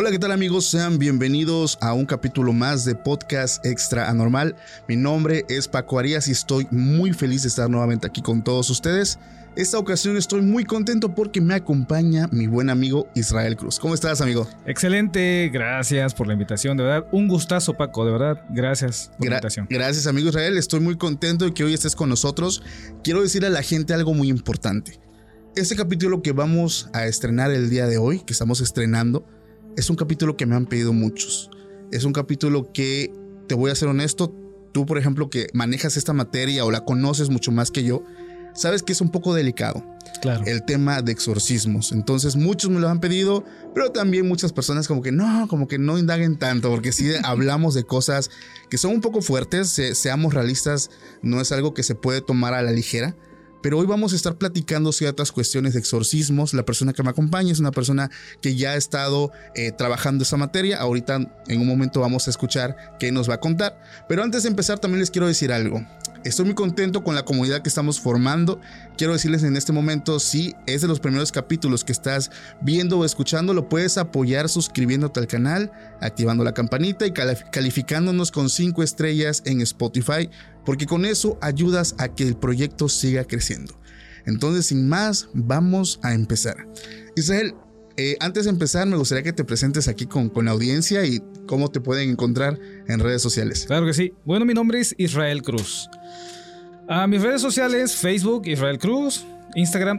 Hola, ¿qué tal amigos? Sean bienvenidos a un capítulo más de Podcast Extra Anormal. Mi nombre es Paco Arias y estoy muy feliz de estar nuevamente aquí con todos ustedes. Esta ocasión estoy muy contento porque me acompaña mi buen amigo Israel Cruz. ¿Cómo estás, amigo? Excelente, gracias por la invitación, de verdad. Un gustazo, Paco, de verdad. Gracias por la invitación. Gracias, amigo Israel. Estoy muy contento de que hoy estés con nosotros. Quiero decirle a la gente algo muy importante. Este capítulo que vamos a estrenar el día de hoy, que estamos estrenando, es un capítulo que me han pedido muchos. Es un capítulo que, te voy a ser honesto, tú, por ejemplo, que manejas esta materia o la conoces mucho más que yo, sabes que es un poco delicado. Claro. El tema de exorcismos. Entonces muchos me lo han pedido, pero también muchas personas como que no indaguen tanto, porque si hablamos de cosas que son un poco fuertes, seamos realistas, no es algo que se puede tomar a la ligera. Pero hoy vamos a estar platicando ciertas cuestiones de exorcismos. La persona que me acompaña es una persona que ya ha estado trabajando esa materia. Ahorita en un momento vamos a escuchar qué nos va a contar. Pero antes de empezar también les quiero decir algo. Estoy muy contento con la comunidad que estamos formando. Quiero decirles en este momento, si es de los primeros capítulos que estás viendo o escuchando, lo puedes apoyar suscribiéndote al canal, activando la campanita y calificándonos con 5 estrellas en Spotify, porque con eso ayudas a que el proyecto siga creciendo. Entonces, sin más, vamos a empezar. Israel, antes de empezar, me gustaría que te presentes aquí con la audiencia y cómo te pueden encontrar en redes sociales. Claro que sí. Bueno, mi nombre es Israel Cruz. Mis redes sociales: Facebook, Israel Cruz; Instagram,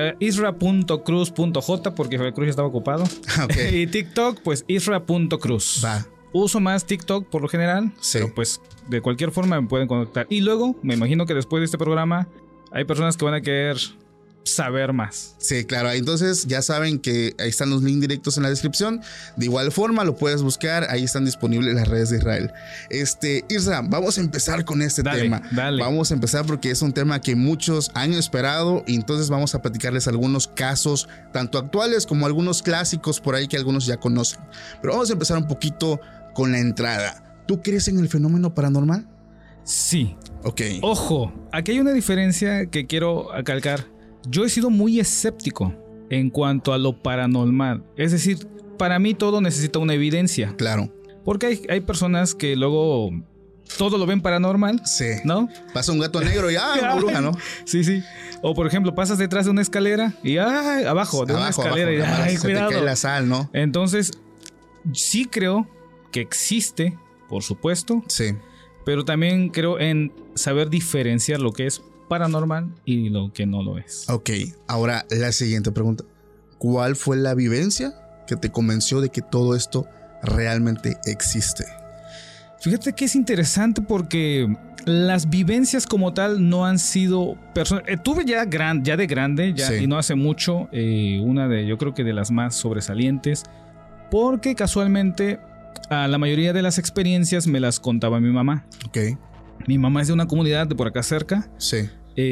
isra.cruz.j, porque Israel Cruz ya estaba ocupado. Okay. Y TikTok, pues isra.cruz. Va. Uso más TikTok por lo general, sí. Pero pues de cualquier forma me pueden contactar. Y luego, me imagino que después de este programa hay personas que van a querer saber más. Sí, claro. Entonces ya saben que ahí están los links directos en la descripción. De igual forma lo puedes buscar. Ahí están disponibles las redes de Israel. Isra, vamos a empezar con este tema. Dale. Vamos a empezar porque es un tema que muchos han esperado. Y entonces vamos a platicarles algunos casos, tanto actuales como algunos clásicos por ahí que algunos ya conocen. Pero vamos a empezar un poquito con la entrada. ¿Tú crees en el fenómeno paranormal? Sí. Ok. Ojo, aquí hay una diferencia que quiero acalcar. Yo he sido muy escéptico en cuanto a lo paranormal. Es decir, para mí todo necesita una evidencia. Claro. Porque hay personas que luego todo lo ven paranormal. Sí. ¿No? Pasa un gato negro y una bruja, ¿no? Sí. O por ejemplo, pasas detrás de una escalera y abajo de una escalera y cuidado. Se te cae la sal, ¿no? Entonces, sí creo que existe, por supuesto. Sí. Pero también creo en saber diferenciar lo que es paranormal y lo que no lo es. Ok, ahora la siguiente pregunta. ¿Cuál fue la vivencia que te convenció de que todo esto realmente existe? Fíjate que es interesante porque las vivencias como tal no han sido tuve ya de grande sí. Y no hace mucho, una de, yo creo que de las más sobresalientes, porque casualmente a la mayoría de las experiencias me las contaba mi mamá. Ok. Mi mamá es de una comunidad de por acá cerca. Sí.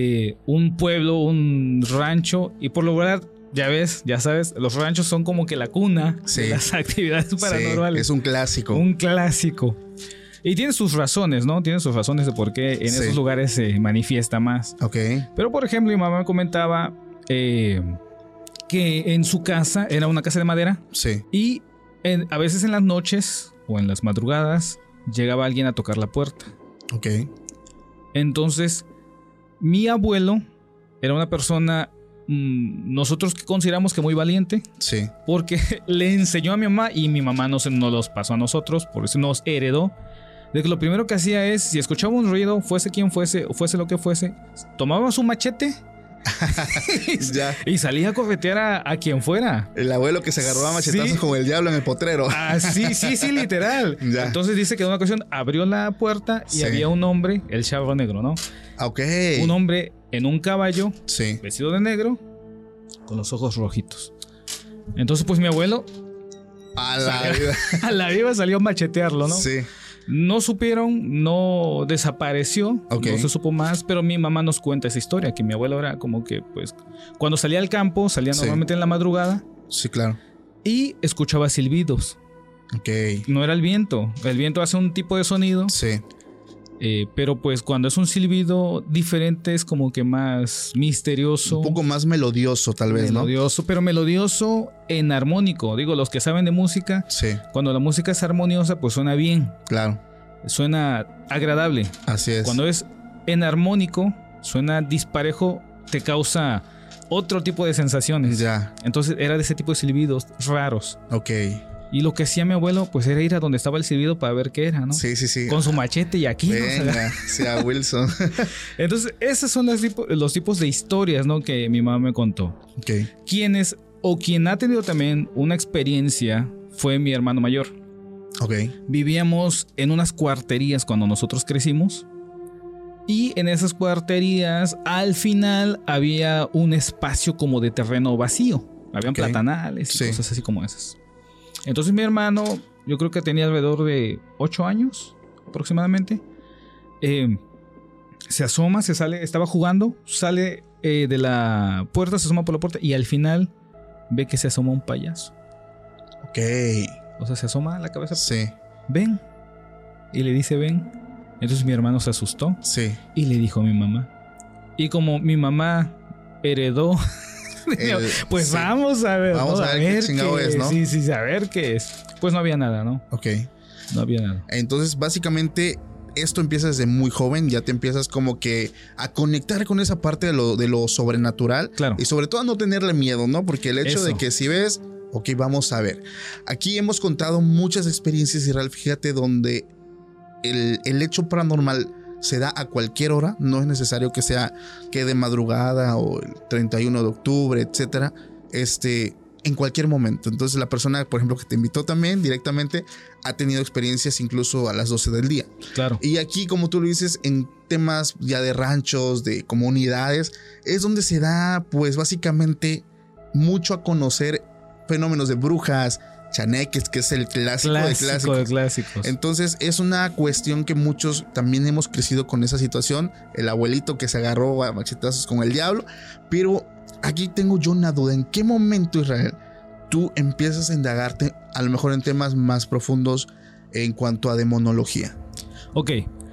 Un pueblo, un rancho. Y por lo general, ya sabes, los ranchos son como que la cuna de las actividades paranormales. Sí, es un clásico. Un clásico. Y tiene sus razones, ¿no? Tiene sus razones de por qué en esos lugares se manifiesta más. Ok. Pero por ejemplo, mi mamá me comentaba que en su casa era una casa de madera. Sí. Y a veces en las noches o en las madrugadas llegaba alguien a tocar la puerta. Ok. Entonces, mi abuelo era una persona, nosotros consideramos que muy valiente. Sí. Porque le enseñó a mi mamá y mi mamá nos los pasó a nosotros, por eso nos heredó. De que lo primero que hacía es, si escuchaba un ruido, fuese quien fuese o fuese lo que fuese, tomaba su machete Ya. y salía a corretear a quien fuera. El abuelo que se agarró a machetazos como el diablo en el potrero. Sí, literal. Ya. Entonces dice que en una ocasión abrió la puerta y había un hombre, el charro negro, ¿no? Ok. Un hombre en un caballo, sí, vestido de negro, con los ojos rojitos. Entonces pues mi abuelo a la viva salió a machetearlo, ¿no? Sí. No supieron, no desapareció, okay. No se supo más, pero mi mamá nos cuenta esa historia, que mi abuelo era como que, pues, cuando salía al campo, salía normalmente en la madrugada. Sí, claro. Y escuchaba silbidos. Ok. No era el viento hace un tipo de sonido. Sí. Pero pues cuando es un silbido diferente es como que más misterioso. Un poco más melodioso tal vez, melodioso, ¿no? Pero melodioso en armónico. Digo, los que saben de música, sí. Cuando la música es armoniosa, pues suena bien. Claro. Suena agradable. Así es. Cuando es en armónico, suena disparejo, te causa otro tipo de sensaciones. Ya. Entonces era de ese tipo de silbidos raros. Ok. Y lo que hacía mi abuelo, pues era ir a donde estaba el silbido para ver qué era, ¿no? Sí, sí, sí. Con su machete y aquí. Venga, sí, a Wilson. Entonces, esos son los tipos de historias, ¿no? Que mi mamá me contó. Ok. Quien ha tenido también una experiencia fue mi hermano mayor. Ok. Vivíamos en unas cuarterías cuando nosotros crecimos. Y en esas cuarterías, al final, había un espacio como de terreno vacío. Habían platanales y cosas así como esas. Entonces mi hermano, yo creo que tenía alrededor de 8 años aproximadamente. Se asoma, se sale, estaba jugando, sale de la puerta, se asoma por la puerta y al final ve que se asoma un payaso. Ok. O sea, se asoma a la cabeza. Sí. Ven. Y le dice ven. Entonces mi hermano se asustó. Sí. Y le dijo a mi mamá. Y como mi mamá heredó... pues sí. Vamos a ver. Vamos, ¿no? A ver qué chingado es, ¿no? Sí, a ver qué es. Pues no había nada, ¿no? Ok. No había nada. Entonces, básicamente, esto empieza desde muy joven. Ya te empiezas como que a conectar con esa parte de lo sobrenatural. Claro. Y sobre todo a no tenerle miedo, ¿no? Porque el hecho de que si ves, ok, vamos a ver. Aquí hemos contado muchas experiencias, Israel, fíjate, donde el hecho paranormal se da a cualquier hora, no es necesario que sea que de madrugada o el 31 de octubre, etcétera, en cualquier momento. Entonces la persona, por ejemplo, que te invitó también directamente, ha tenido experiencias incluso a las 12 del día. Claro. Y aquí, como tú lo dices, en temas ya de ranchos, de comunidades, es donde se da, pues básicamente, mucho a conocer fenómenos de brujas, chaneques, que es el clásico de clásicos. Entonces es una cuestión que muchos también hemos crecido con esa situación. El abuelito que se agarró a machetazos con el diablo. Pero aquí tengo yo una duda. ¿En qué momento, Israel, tú empiezas a indagarte a lo mejor en temas más profundos en cuanto a demonología? Ok.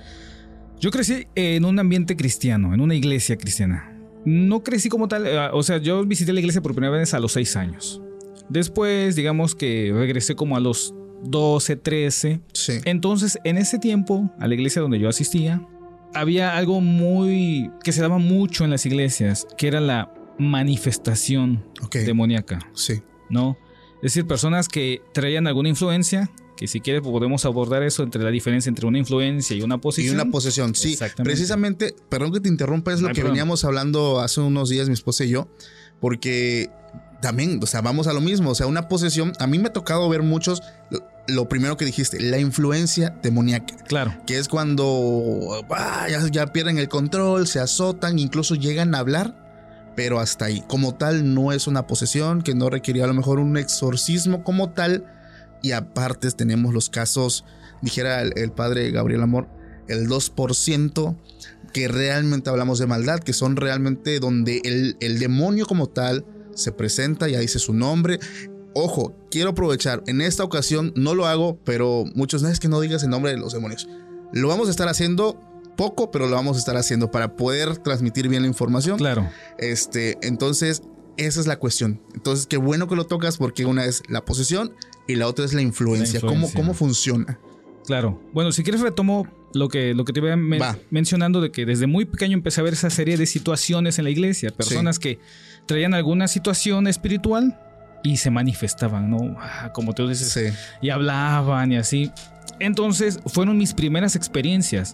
Yo crecí en un ambiente cristiano, en una iglesia cristiana. No crecí como tal, o sea, yo visité la iglesia por primera vez a los 6 años. Después, digamos que regresé como a los 12, 13. Sí. Entonces, en ese tiempo, a la iglesia donde yo asistía, había algo que se daba mucho en las iglesias, que era la manifestación demoníaca. Sí. ¿No? Es decir, personas que traían alguna influencia, que si quieres podemos abordar eso entre la diferencia entre una influencia y una posesión. Y una posesión, sí. Precisamente, perdón que te interrumpa, es lo que veníamos hablando hace unos días mi esposa y yo, porque... También, o sea, vamos a lo mismo, o sea, una posesión, a mí me ha tocado ver muchos, lo primero que dijiste, la influencia demoníaca. Claro. Que es cuando ya pierden el control, se azotan, incluso llegan a hablar, pero hasta ahí. Como tal, no es una posesión, que no requería a lo mejor un exorcismo como tal. Y aparte tenemos los casos, dijera el padre Gabriel Amor, el 2%, que realmente hablamos de maldad, que son realmente donde el demonio como tal se presenta, ya dice su nombre. Ojo, quiero aprovechar, en esta ocasión no lo hago, pero muchos no es que no digas el nombre de los demonios. Lo vamos a estar haciendo poco, pero lo vamos a estar haciendo para poder transmitir bien la información. Claro. Entonces, esa es la cuestión. Entonces, qué bueno que lo tocas, porque una es la posesión y la otra es la influencia. ¿Cómo funciona? Claro. Bueno, si quieres retomo lo que te iba mencionando, de que desde muy pequeño empecé a ver esa serie de situaciones en la iglesia. Personas que traían alguna situación espiritual y se manifestaban, ¿no? Como tú dices, sí. Y hablaban y así. Entonces fueron mis primeras experiencias.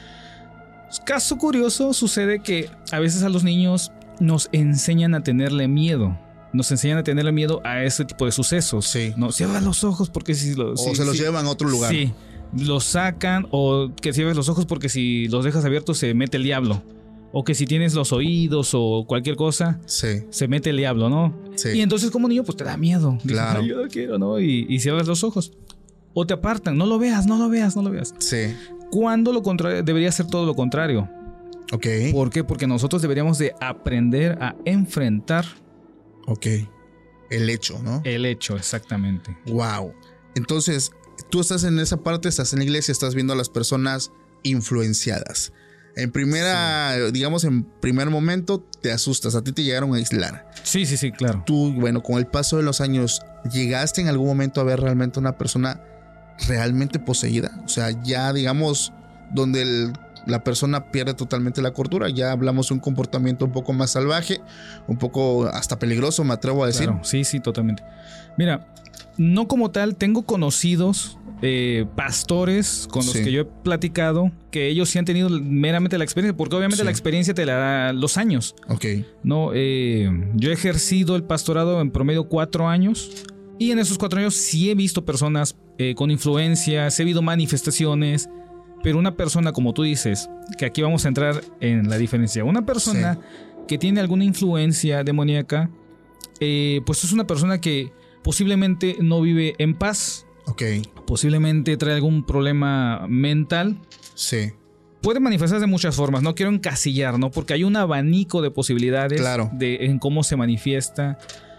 Caso curioso, sucede que a veces a los niños nos enseñan a tenerle miedo. Nos enseñan a tenerle miedo a ese tipo de sucesos. Sí. No, cierra los ojos porque si se los llevan a otro lugar. Sí. Los sacan, o que cierres los ojos porque si los dejas abiertos se mete el diablo. O que si tienes los oídos o cualquier cosa, se mete el diablo, ¿no? Sí. Y entonces como niño pues te da miedo. Claro. Dices, yo no quiero, ¿no? Y cierras los ojos. O te apartan, no lo veas. Sí. Cuando lo contrario, debería ser todo lo contrario. Ok. ¿Por qué? Porque nosotros deberíamos de aprender a enfrentar. Ok. El hecho, ¿no? El hecho, exactamente. Wow. Entonces, tú estás en esa parte, estás en la iglesia, estás viendo a las personas influenciadas. En digamos, en primer momento te asustas, a ti te llegaron a aislar. Sí, claro. Tú, bueno, con el paso de los años, ¿llegaste en algún momento a ver realmente una persona realmente poseída? O sea, ya digamos, donde la persona pierde totalmente la cordura, ya hablamos de un comportamiento un poco más salvaje, un poco hasta peligroso, me atrevo a decir. Claro, sí, totalmente. Mira, no como tal, tengo conocidos pastores con los que yo he platicado, que ellos sí han tenido meramente la experiencia, porque obviamente la experiencia te la da los años. Ok. No, yo he ejercido el pastorado en promedio 4 años, y en esos 4 años sí he visto personas con influencias, he visto manifestaciones, pero una persona, como tú dices, que aquí vamos a entrar en la diferencia, una persona que tiene alguna influencia demoníaca, pues es una persona que posiblemente no vive en paz. Ok. Posiblemente trae algún problema mental. Sí. Puede manifestarse de muchas formas. No quiero encasillar, ¿no? Porque hay un abanico de posibilidades en cómo se manifiesta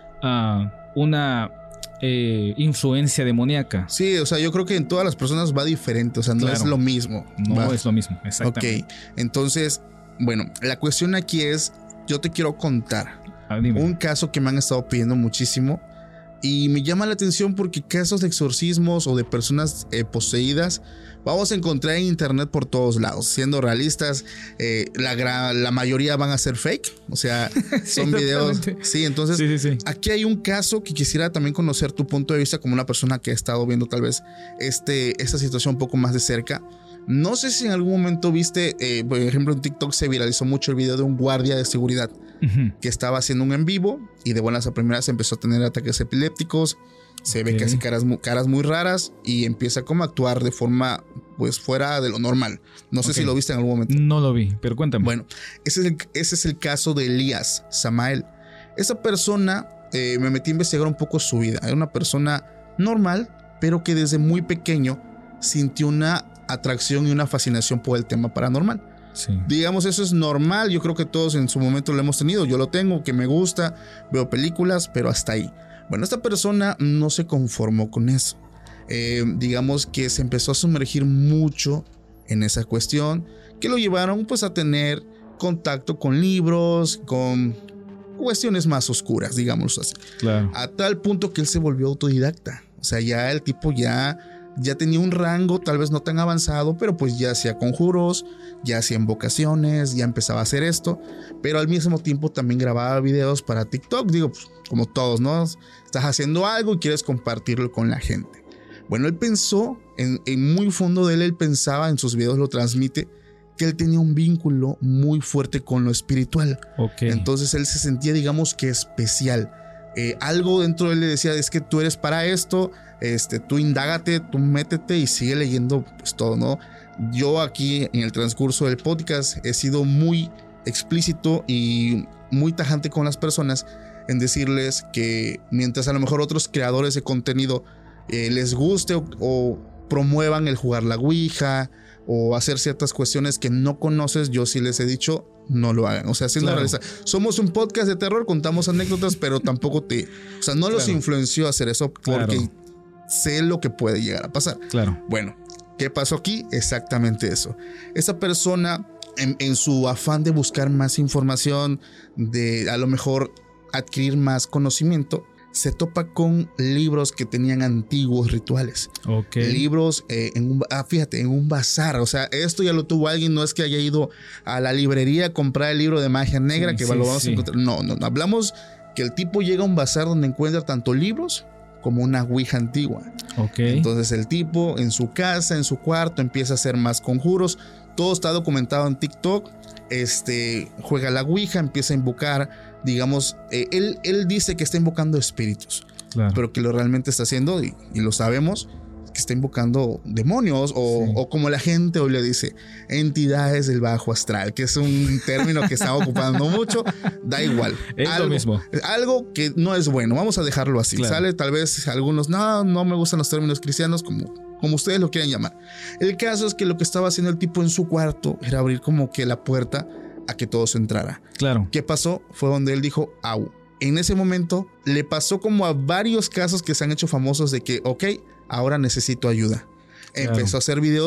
una influencia demoníaca. Sí, o sea, yo creo que en todas las personas va diferente. O sea, no es lo mismo. No es lo mismo, exactamente. Ok. Entonces, bueno, la cuestión aquí es, yo te quiero contar un caso que me han estado pidiendo muchísimo. Y me llama la atención porque casos de exorcismos o de personas poseídas vamos a encontrar en internet por todos lados. Siendo realistas, la mayoría van a ser fake. O sea, son videos. Sí, entonces aquí hay un caso que quisiera también conocer tu punto de vista como una persona que ha estado viendo tal vez esta situación un poco más de cerca. No sé si en algún momento viste, por ejemplo, en TikTok se viralizó mucho el video de un guardia de seguridad que estaba haciendo un en vivo y de buenas a primeras empezó a tener ataques epilépticos. Se ve casi caras muy raras y empieza como a actuar de forma pues fuera de lo normal. No sé si lo viste en algún momento. No lo vi, pero cuéntame. Bueno, ese es el caso de Elías Samael. Esa persona, me metí a investigar un poco su vida. Era una persona normal, pero que desde muy pequeño sintió una atracción y una fascinación por el tema paranormal. Sí. Digamos, eso es normal. Yo creo que todos en su momento lo hemos tenido. Yo lo tengo, que me gusta, veo películas, pero hasta ahí. Bueno, esta persona no se conformó con eso. Digamos que se empezó a sumergir mucho en esa cuestión, que lo llevaron pues a tener contacto con libros, con cuestiones más oscuras, digámoslo así. Claro. A tal punto que él se volvió autodidacta. O sea, ya el tipo ya tenía un rango tal vez no tan avanzado, pero pues ya hacía conjuros, ya hacía invocaciones, ya empezaba a hacer esto, pero al mismo tiempo también grababa videos para TikTok. Digo, pues, como todos, ¿no? Estás haciendo algo y quieres compartirlo con la gente. Bueno, él pensó, en muy fondo de él pensaba, en sus videos lo transmite, que él tenía un vínculo muy fuerte con lo espiritual. Okay. Entonces él se sentía, digamos que especial. Algo dentro de él le decía, es que tú eres para esto, tú indágate, tú métete y sigue leyendo pues todo, ¿no? Yo aquí en el transcurso del podcast he sido muy explícito y muy tajante con las personas en decirles que mientras a lo mejor otros creadores de contenido les guste o promuevan el jugar la ouija o hacer ciertas cuestiones que no conoces, yo sí les he dicho, no lo hagan. O sea, siendo realista, somos un podcast de terror, contamos anécdotas, pero tampoco no los influenció a hacer eso porque sé lo que puede llegar a pasar. Claro. Bueno, ¿qué pasó aquí? Exactamente eso. Esa persona, en su afán de buscar más información, de a lo mejor adquirir más conocimiento, se topa con libros que tenían antiguos rituales. Okay. Libros fíjate, en un bazar. O sea, esto ya lo tuvo alguien. No es que haya ido a la librería a comprar el libro de magia negra lo vamos a encontrar. No. Hablamos que el tipo llega a un bazar donde encuentra tanto libros como una ouija antigua. Okay. Entonces el tipo en su casa, en su cuarto, empieza a hacer más conjuros. Todo está documentado en TikTok. Juega la ouija, empieza a invocar, digamos, él dice que está invocando espíritus, pero que lo realmente está haciendo, y lo sabemos, que está invocando demonios o como la gente hoy le dice, entidades del bajo astral, que es un término que está ocupando mucho. Da igual, es lo mismo. Algo que no es bueno, vamos a dejarlo así. Sale, tal vez algunos no me gustan los términos cristianos, como ustedes lo quieran llamar. El caso es que lo que estaba haciendo el tipo en su cuarto era abrir como que la puerta a que todo se entrara. Claro. ¿Qué pasó? Fue donde él dijo, au. En ese momento le pasó como a varios casos que se han hecho famosos de que, ok, ahora necesito ayuda. Empezó a hacer videos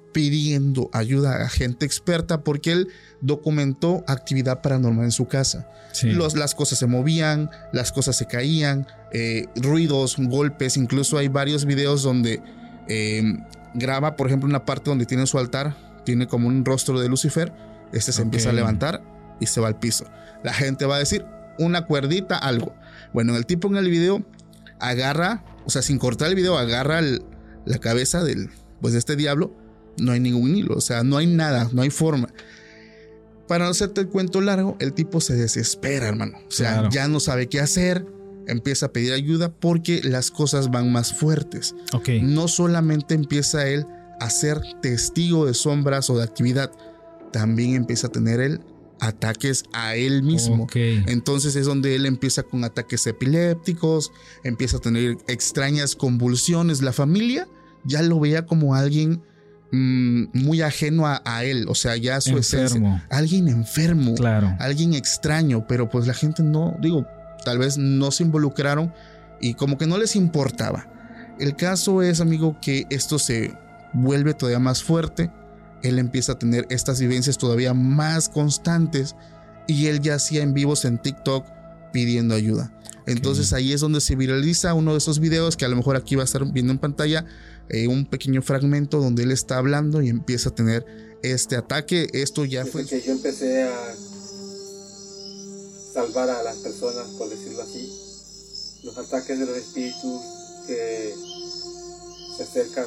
pidiendo ayuda a gente experta porque él documentó actividad paranormal en su casa. Sí. Las cosas se movían, las cosas se caían, ruidos, golpes. Incluso hay varios videos donde graba, por ejemplo, una parte donde tiene su altar, tiene como un rostro de Lucifer. Se empieza a levantar y se va al piso. La gente va a decir una cuerdita, algo. Bueno, el tipo en el video agarra, o sea, sin cortar el video, agarra la cabeza de este diablo. No hay ningún hilo, o sea, no hay nada, no hay forma. Para no hacerte el cuento largo, el tipo se desespera, hermano. O sea, claro, ya no sabe qué hacer, empieza a pedir ayuda porque las cosas van más fuertes. Okay. No solamente empieza él a ser testigo de sombras o de actividad, también empieza a tener él ataques a él mismo. Okay. Entonces es donde él empieza con ataques epilépticos, empieza a tener extrañas convulsiones. La familia ya lo veía como alguien muy ajeno a él, o sea, ya su esencia, alguien enfermo, claro, alguien extraño, pero pues la gente no, tal vez no se involucraron y como que no les importaba. El caso es, amigo, que esto se vuelve todavía más fuerte. Él empieza a tener estas vivencias todavía más constantes y él ya hacía en vivos en TikTok pidiendo ayuda. Entonces ahí es donde se viraliza uno de esos videos que a lo mejor aquí va a estar viendo en pantalla, un pequeño fragmento donde él está hablando y empieza a tener este ataque. Esto ya desde fue que yo empecé a salvar a las personas, por decirlo así, los ataques de los espíritus que se acercan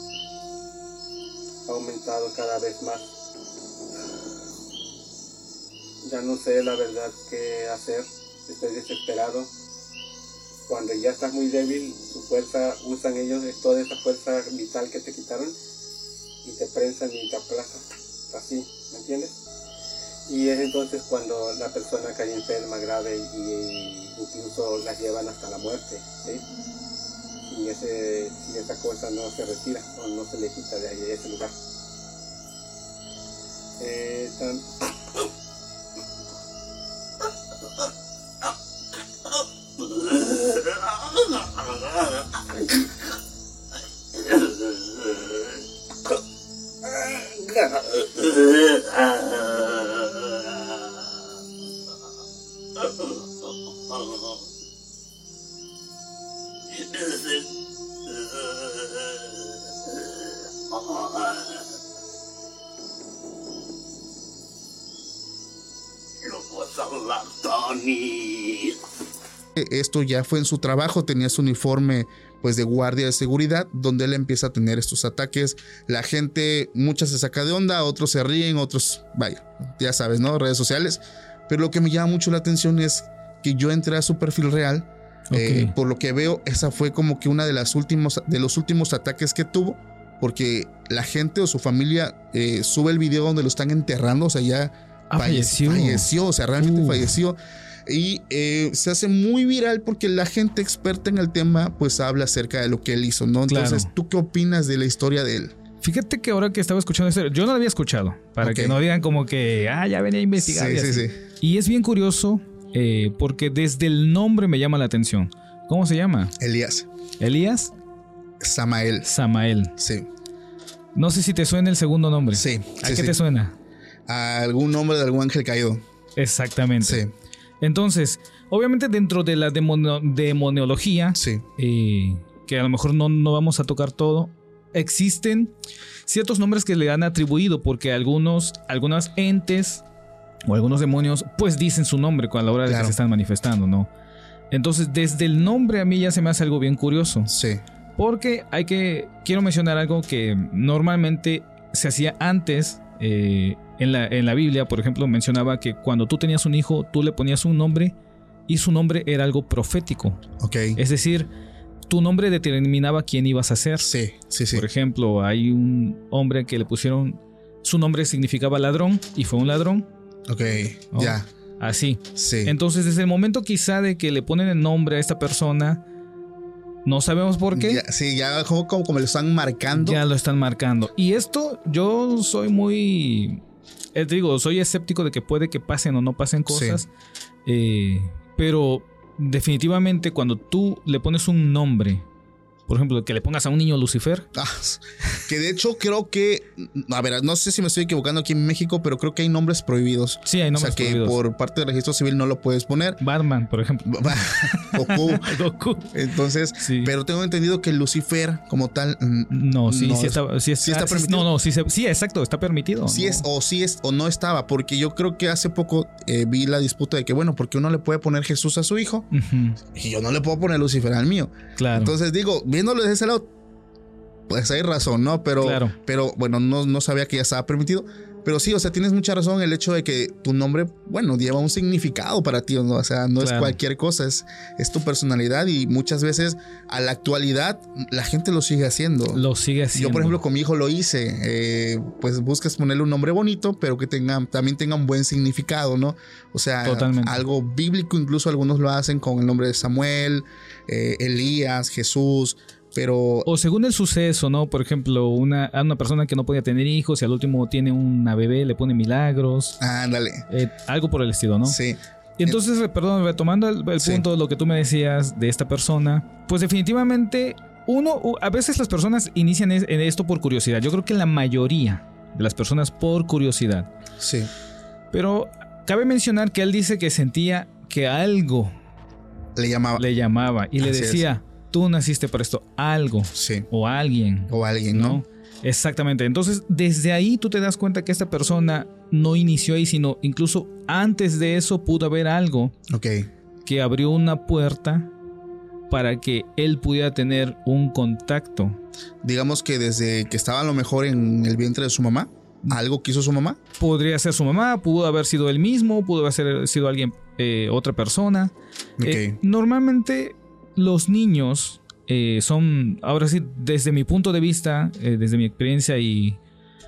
ha aumentado cada vez más. Ya no sé la verdad qué hacer, estoy desesperado. Cuando ya estás muy débil, su fuerza, usan ellos toda esa fuerza vital que te quitaron y te prensan y te aplazan, así, ¿me entiendes? Y es entonces cuando la persona cae enferma, grave y incluso las llevan hasta la muerte, ¿sí? Y si esa cosa no se retira o no se le quita de ahí, de ese lugar. Esto ya fue en su trabajo, tenía su uniforme pues de guardia de seguridad, donde él empieza a tener estos ataques. La gente, muchas se saca de onda, otros se ríen, otros, vaya, ya sabes, ¿no? Redes sociales. Pero lo que me llama mucho la atención es que yo entré a su perfil real. Por lo que veo, esa fue como que una de los últimos ataques que tuvo, porque la gente o su familia sube el video donde lo están enterrando, o sea, ya falleció, o sea, realmente falleció. Y se hace muy viral porque la gente experta en el tema pues habla acerca de lo que él hizo, ¿no? Entonces, claro. ¿tú qué opinas de la historia de él? Fíjate que ahora que estaba escuchando esto, yo no lo había escuchado, para que no digan como que, ya venía a investigar. Sí. Y es bien curioso porque desde el nombre me llama la atención. ¿Cómo se llama? Elías. ¿Elías? Samael. Sí. No sé si te suena el segundo nombre. Sí. ¿A qué te suena? A algún nombre de algún ángel caído. Exactamente. Sí. Entonces, obviamente dentro de la demonología, sí. Que a lo mejor no vamos a tocar todo, existen ciertos nombres que le han atribuido porque algunas entes o algunos demonios pues dicen su nombre a la hora de que se están manifestando, ¿no? Entonces, desde el nombre a mí ya se me hace algo bien curioso. Sí. Porque quiero mencionar algo que normalmente se hacía antes. En la Biblia, por ejemplo, mencionaba que cuando tú tenías un hijo, tú le ponías un nombre y su nombre era algo profético. Es decir, tu nombre determinaba quién ibas a ser. Sí. Por ejemplo, hay un hombre que le pusieron, su nombre significaba ladrón y fue un ladrón. ¿No? Ya. Así. Sí. Entonces, desde el momento quizá de que le ponen el nombre a esta persona, no sabemos por qué. Ya como lo están marcando. Ya lo están marcando. Y esto yo soy muy... soy escéptico de que puede que pasen o no pasen cosas. Pero definitivamente cuando tú le pones un nombre Por ejemplo, que le pongas a un niño Lucifer. Que de hecho creo que, a ver, no sé si me estoy equivocando aquí en México, pero creo que hay nombres prohibidos. Sí, hay nombres prohibidos. O sea, que por parte del registro civil no lo puedes poner. Batman, por ejemplo. Goku. Entonces, sí. Pero tengo entendido que Lucifer como tal... No, sí está permitido. Sí, exacto, está permitido. Sí es o no estaba, porque yo creo que hace poco vi la disputa de que, bueno, porque uno le puede poner Jesús a su hijo y yo no le puedo poner Lucifer al mío. Claro. Entonces digo, viéndolo desde ese lado, pues hay razón, ¿no? Pero bueno, no sabía que ya estaba permitido. Pero sí, o sea, tienes mucha razón en el hecho de que tu nombre, bueno, lleva un significado para ti, ¿no? O sea, no es cualquier cosa, es tu personalidad y muchas veces a la actualidad la gente lo sigue haciendo. Yo, por ejemplo, con mi hijo lo hice. Pues buscas ponerle un nombre bonito, pero que también tenga un buen significado, ¿no? O sea, algo bíblico, incluso algunos lo hacen con el nombre de Samuel, Elías, Jesús. Pero... O según el suceso, ¿no? Por ejemplo, a una persona que no podía tener hijos y al último tiene una bebé, le pone Milagros. Ándale. Algo por el estilo, ¿no? Sí. Y entonces, retomando el punto de lo que tú me decías de esta persona, pues definitivamente a veces las personas inician en esto por curiosidad. Yo creo que la mayoría de las personas por curiosidad. Sí. Pero cabe mencionar que él dice que sentía que algo le llamaba y le decía... Tú naciste para esto, algo. Sí. O alguien. ¿no? Exactamente. Entonces, desde ahí tú te das cuenta que esta persona no inició ahí, sino incluso antes de eso pudo haber algo que abrió una puerta para que él pudiera tener un contacto. Digamos que desde que estaba a lo mejor en el vientre de su mamá, algo que hizo su mamá. Podría ser su mamá, pudo haber sido él mismo, pudo haber sido alguien, otra persona. Normalmente... Los niños son, ahora sí, desde mi punto de vista, desde mi experiencia y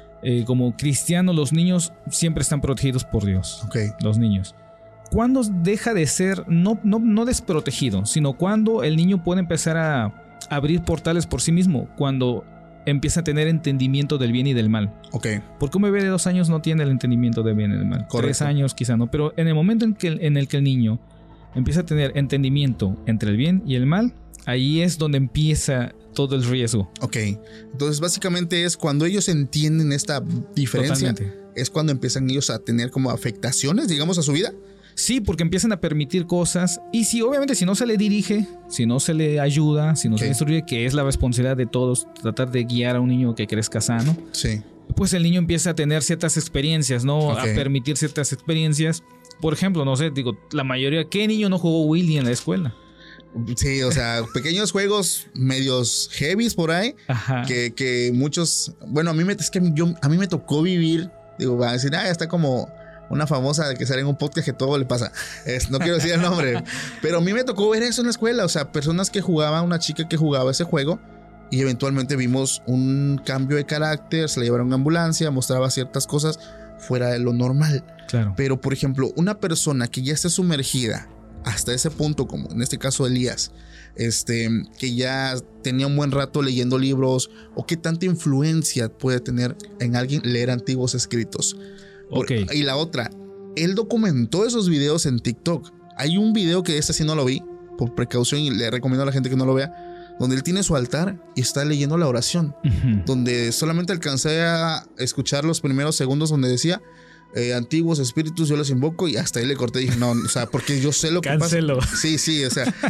como cristiano, los niños siempre están protegidos por Dios. Los niños. ¿Cuándo deja de ser, no desprotegido, sino cuando el niño puede empezar a abrir portales por sí mismo? Cuando empieza a tener entendimiento del bien y del mal. Porque un bebé de 2 años no tiene el entendimiento del bien y del mal. Correcto. 3 años quizá no, pero en el momento en el que el niño empieza a tener entendimiento entre el bien y el mal, ahí es donde empieza todo el riesgo. Entonces básicamente es cuando ellos entienden esta diferencia. Totalmente. Es cuando empiezan ellos a tener como afectaciones, digamos, a su vida. Sí, porque empiezan a permitir cosas y obviamente si no se le dirige, si no se le ayuda, si no se le instruye, que es la responsabilidad de todos, tratar de guiar a un niño que crezca sano. Sí. Pues el niño empieza a tener ciertas experiencias, ¿no? A permitir ciertas experiencias. Por ejemplo, no sé, digo, la mayoría, ¿qué niño no jugó Willy en la escuela? Sí, o sea, pequeños juegos medios heavies por ahí. Que muchos, bueno, a mí me tocó vivir, digo, van a decir, está como una famosa que sale en un podcast que todo le pasa. No quiero decir el nombre, pero a mí me tocó ver eso en la escuela, o sea, personas que jugaban, una chica que jugaba ese juego y eventualmente vimos un cambio de carácter, se la llevaron a ambulancia, mostraba ciertas cosas fuera de lo normal. Claro. Pero, por ejemplo, una persona que ya esté sumergida hasta ese punto, como en este caso Elías, que ya tenía un buen rato leyendo libros, o qué tanta influencia puede tener en alguien leer antiguos escritos. Y la otra, él documentó esos videos en TikTok. Hay un video que sí no lo vi, por precaución, y le recomiendo a la gente que no lo vea, donde él tiene su altar y está leyendo la oración, donde solamente alcancé a escuchar los primeros segundos donde decía: antiguos espíritus yo los invoco, y hasta ahí le corté y dije no, o sea, porque yo sé lo que Cancelo. pasa. Sí, o sea,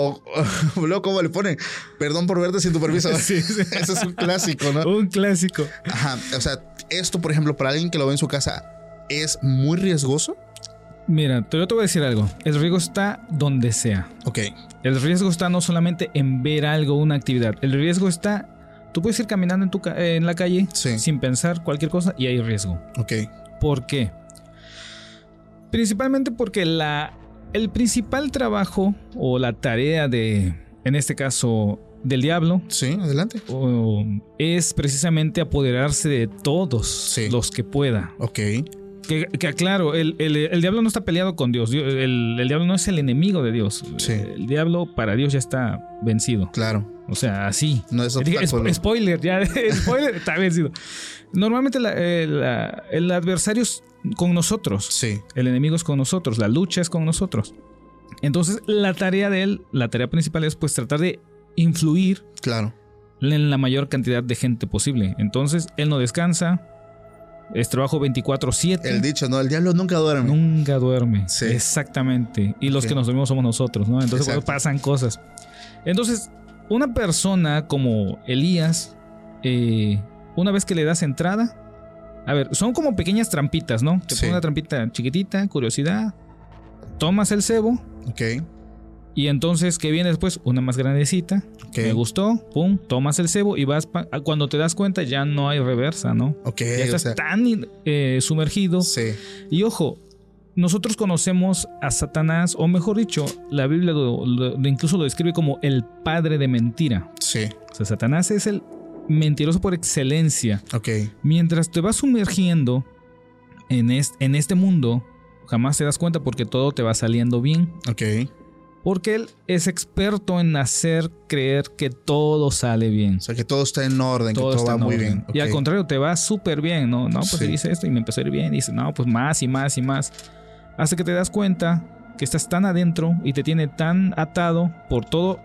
luego cómo le ponen, perdón por verte sin tu permiso. Sí. Eso es un clásico, ¿no? Un clásico. O sea, esto, por ejemplo, para alguien que lo ve en su casa, ¿es muy riesgoso? Mira, yo te voy a decir algo. El riesgo está donde sea. El riesgo está no solamente en ver algo, una actividad. El riesgo está, tú puedes ir caminando en la calle sin pensar cualquier cosa y hay riesgo. ¿Por qué? Principalmente porque el principal trabajo o la tarea en este caso, del diablo. Sí, adelante. Es precisamente apoderarse de todos los que pueda. Que aclaro, el diablo no está peleado con Dios. El diablo no es el enemigo de Dios. El diablo para Dios ya está vencido. Claro. O sea, así. No es obstáculo. Spoiler, ya. Spoiler, está vencido. Normalmente el adversario es con nosotros. El enemigo es con nosotros. La lucha es con nosotros. Entonces, la tarea de él, la tarea principal es pues tratar de influir Claro. en la mayor cantidad de gente posible. Entonces, él no descansa, es trabajo 24/7. El dicho, ¿no? El diablo nunca duerme. Nunca duerme. Sí. Exactamente. Y los que nos dormimos somos nosotros, ¿no? Entonces Exacto. pasan cosas. Entonces, una persona como Elías, una vez que le das entrada, a ver, son como pequeñas trampitas, ¿no? Te Sí. ponen una trampita chiquitita, curiosidad, tomas el cebo Ok. y entonces, ¿qué viene después? Una más grandecita. Ok. Me gustó, pum, tomas el cebo y vas, cuando te das cuenta ya no hay reversa, ¿no? Ok. Ya estás tan sumergido. Sí. Y ojo, nosotros conocemos a Satanás, o mejor dicho, la Biblia incluso lo describe como el padre de mentira. Sí. O sea, Satanás es el mentiroso por excelencia. Ok. Mientras te vas sumergiendo en este mundo, jamás te das cuenta porque todo te va saliendo bien. Ok. Porque él es experto en hacer creer que todo sale bien. O sea, que todo está en orden, que todo está va en muy orden. bien. Y al Ok. contrario, te va súper bien, ¿no? No, pues Sí. hice esto y me empezó a ir bien. Y dice, no, pues más y más y más. Hasta que te das cuenta que estás tan adentro y te tiene tan atado por todo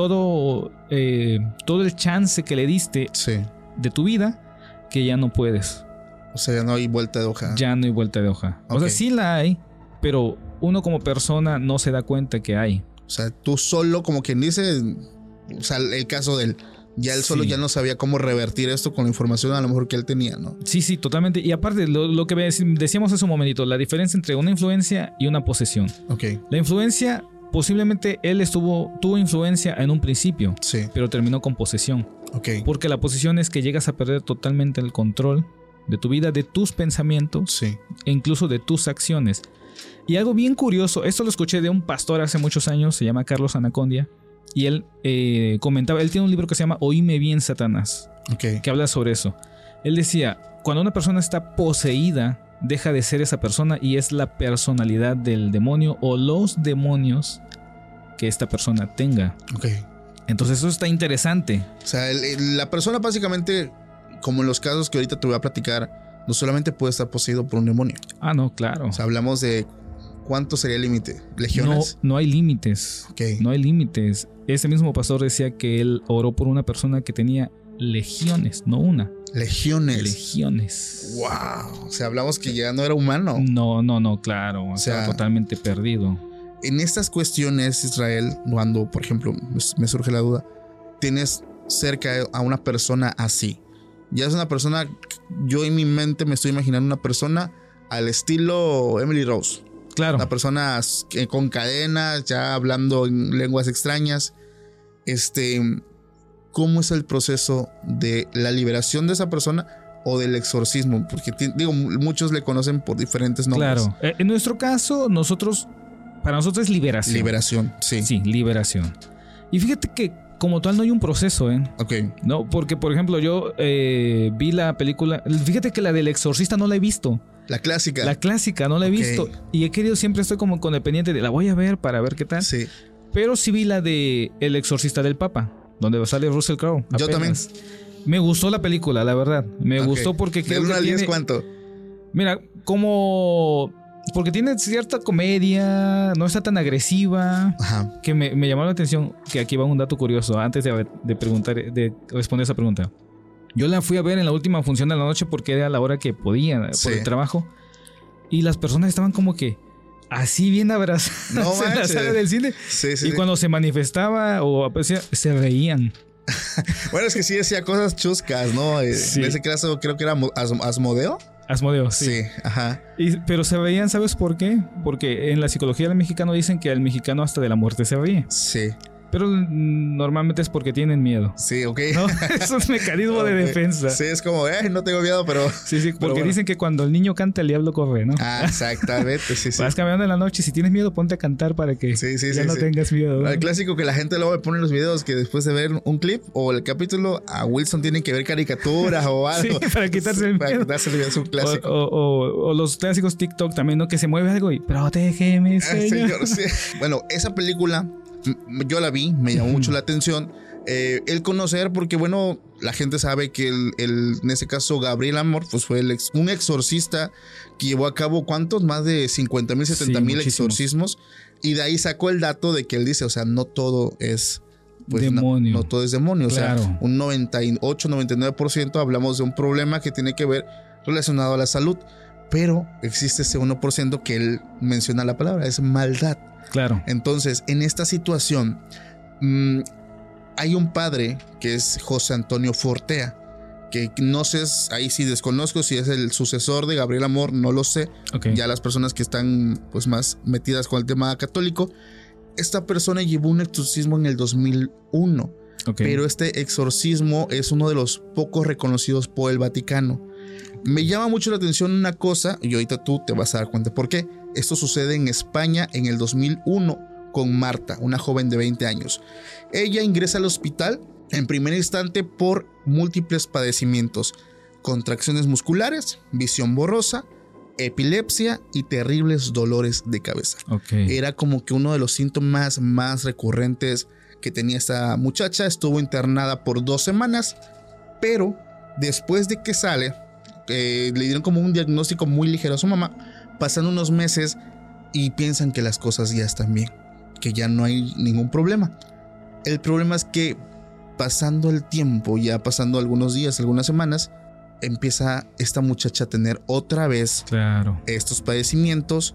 el chance que le diste Sí. de tu vida que ya no puedes. O sea, ya no hay vuelta de hoja. Ya no hay vuelta de hoja. O Ok. sea, sí la hay, pero uno como persona no se da cuenta que hay. O sea, tú solo, como quien dice, o sea, el caso de él. Ya él solo Sí. ya no sabía cómo revertir esto con la información a lo mejor que él tenía, ¿no? Sí, sí, totalmente. Y aparte, lo que decíamos hace un momentito, la diferencia entre una influencia y una posesión. Ok. La influencia, posiblemente él tuvo influencia en un principio, Sí. pero terminó con posesión. Ok. Porque la posesión es que llegas a perder totalmente el control de tu vida, de tus pensamientos Sí. e incluso de tus acciones. Y algo bien curioso, esto lo escuché de un pastor hace muchos años, se llama Carlos Anacondia, y él comentaba, él tiene un libro que se llama Oíme bien, Satanás, Ok. que habla sobre eso. Él decía, cuando una persona está poseída, deja de ser esa persona y es la personalidad del demonio o los demonios que esta persona tenga. Ok. Entonces eso está interesante. O sea, la persona básicamente, como en los casos que ahorita te voy a platicar, no solamente puede estar poseído por un demonio. Ah, no, claro. O sea, hablamos de cuánto sería el límite. No, ¿Legiones? no hay límites. Ok. No hay límites. Ese mismo pastor decía que él oró por una persona que tenía legiones, no una. Legiones. Legiones. Wow. O sea, hablamos que ya no era humano. No, claro. sea, Estaba totalmente perdido. En estas cuestiones, Israel, cuando, por ejemplo, me surge la duda, tienes cerca a una persona así. Ya es una persona, yo en mi mente me estoy imaginando una persona al estilo Emily Rose. Claro. Una persona con cadenas, ya hablando en lenguas extrañas. ¿Cómo es el proceso de la liberación de esa persona o del exorcismo? Porque digo, muchos le conocen por diferentes nombres. Claro. En nuestro caso, para nosotros es liberación. Liberación, sí. Sí, liberación. Y fíjate que como tal no hay un proceso, ¿eh? Ok. No, porque por ejemplo yo vi la película, fíjate que la del exorcista no la he visto. La clásica. La clásica no la he Ok. visto. Y he querido, siempre estoy como con el pendiente de la voy a ver para ver qué tal. Sí. Pero sí vi la de El exorcista del Papa, donde sale Russell Crowe. Yo apenas. Me gustó la película, la verdad. Me Ok. gustó porque ¿Del creo 1 que al 10 tiene... cuánto? Mira, porque tiene cierta comedia, no está tan agresiva. Ajá. Que me llamó la atención, que aquí va un dato curioso antes de responder esa pregunta. Yo la fui a ver en la última función de la noche porque era la hora que podía Sí. por el trabajo. Y las personas estaban como que así bien abrazadas No en la manches. sala del cine. Sí, sí. Y sí. cuando se manifestaba o aparecía, se reían. Bueno, es que sí decía cosas chuscas, ¿no? Sí. En ese caso creo que era Asmodeo. Asmodeo, sí. Ajá. Pero se reían, ¿sabes por qué? Porque en la psicología del mexicano dicen que al mexicano hasta de la muerte se ríe. Sí. Pero normalmente es porque tienen miedo. Sí, ok. ¿No? Es un mecanismo de Ok. defensa. Sí, es como, no tengo miedo, pero... Sí, sí, porque bueno. dicen que cuando el niño canta, el diablo corre, ¿no? Ah, exactamente, sí, sí. Vas caminando en la noche, si tienes miedo, ponte a cantar para que Sí, sí, ya sí, no sí. tengas miedo, ¿no? El clásico que la gente luego me pone en los videos que después de ver un clip o el capítulo, a Wilson tienen que ver caricaturas o algo. Sí, para quitarse el Para miedo. quitarse el miedo, es un clásico. O los clásicos TikTok también, ¿no? Que se mueve algo y protégeme, Ah, señor. señor, sí. Bueno, esa película yo la vi, me llamó mucho la atención. El conocer, porque bueno, la gente sabe que en ese caso Gabriel Amor, pues fue un exorcista que llevó a cabo ¿cuántos? Más de 50,000, 70,000 muchísimos. exorcismos. Y de ahí sacó el dato de que él dice, o sea, no todo es pues demonio. No todo es demonio. Claro. O sea, un 98-99% hablamos de un problema que tiene que ver relacionado a la salud. Pero existe ese 1% que él menciona la palabra, es maldad. Claro. Entonces, en esta situación, hay un padre que es José Antonio Fortea, que no sé, ahí sí desconozco si es el sucesor de Gabriel Amor, no lo sé. Okay. Ya las personas que están pues más metidas con el tema católico, esta persona llevó un exorcismo en el 2001. Okay. Pero este exorcismo es uno de los pocos reconocidos por el Vaticano. Me llama mucho la atención una cosa, y ahorita tú te vas a dar cuenta por qué. Esto sucede en España en el 2001 con Marta, una joven de 20 años. Ella ingresa al hospital en primer instante por múltiples padecimientos: contracciones musculares, visión borrosa, epilepsia y terribles dolores de cabeza. Okay. Era como que uno de los síntomas más recurrentes que tenía esta muchacha. Estuvo internada por 2 semanas, pero después de que sale, le dieron como un diagnóstico muy ligero a su mamá. Pasan unos meses y piensan que las cosas ya están bien, que ya no hay ningún problema. El problema es que pasando el tiempo, ya pasando algunos días, algunas semanas, empieza esta muchacha a tener otra vez estos padecimientos,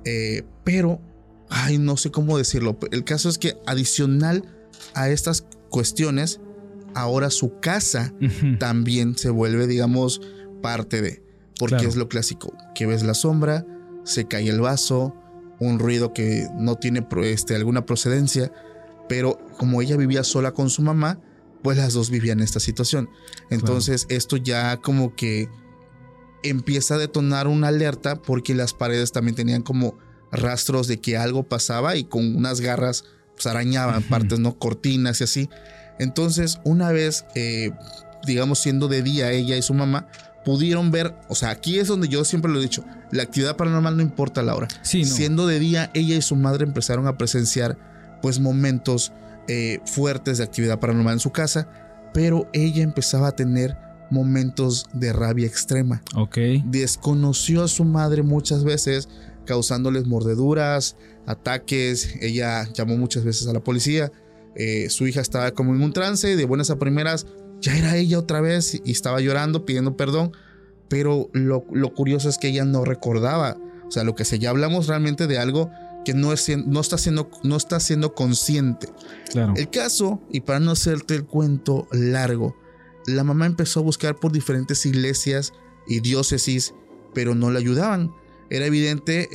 pero no sé cómo decirlo. El caso es que adicional a estas cuestiones, ahora su casa también se vuelve, digamos, parte de, porque es lo clásico, que ves la sombra, se cae el vaso, un ruido que no tiene alguna procedencia, pero como ella vivía sola con su mamá, pues las dos vivían esta situación. Entonces esto ya como que empieza a detonar una alerta, porque las paredes también tenían como rastros de que algo pasaba y con unas garras pues arañaban partes, ¿no? Cortinas y así. Entonces una vez, digamos siendo de día, ella y su mamá pudieron ver, o sea, aquí es donde yo siempre lo he dicho, la actividad paranormal no importa la hora. Sí, no. Siendo de día, ella y su madre empezaron a presenciar pues momentos fuertes de actividad paranormal en su casa, pero ella empezaba a tener momentos de rabia extrema. Desconoció a su madre muchas veces, causándoles mordeduras, ataques. Ella llamó muchas veces a la policía. Su hija estaba como en un trance, de buenas a primeras ya era ella otra vez y estaba llorando, pidiendo perdón, pero lo curioso es que ella no recordaba, o sea, lo que sé, ya hablamos realmente de algo que no está siendo consciente. Claro. El caso, y para no hacerte el cuento largo, la mamá empezó a buscar por diferentes iglesias y diócesis, pero no la ayudaban. Era evidente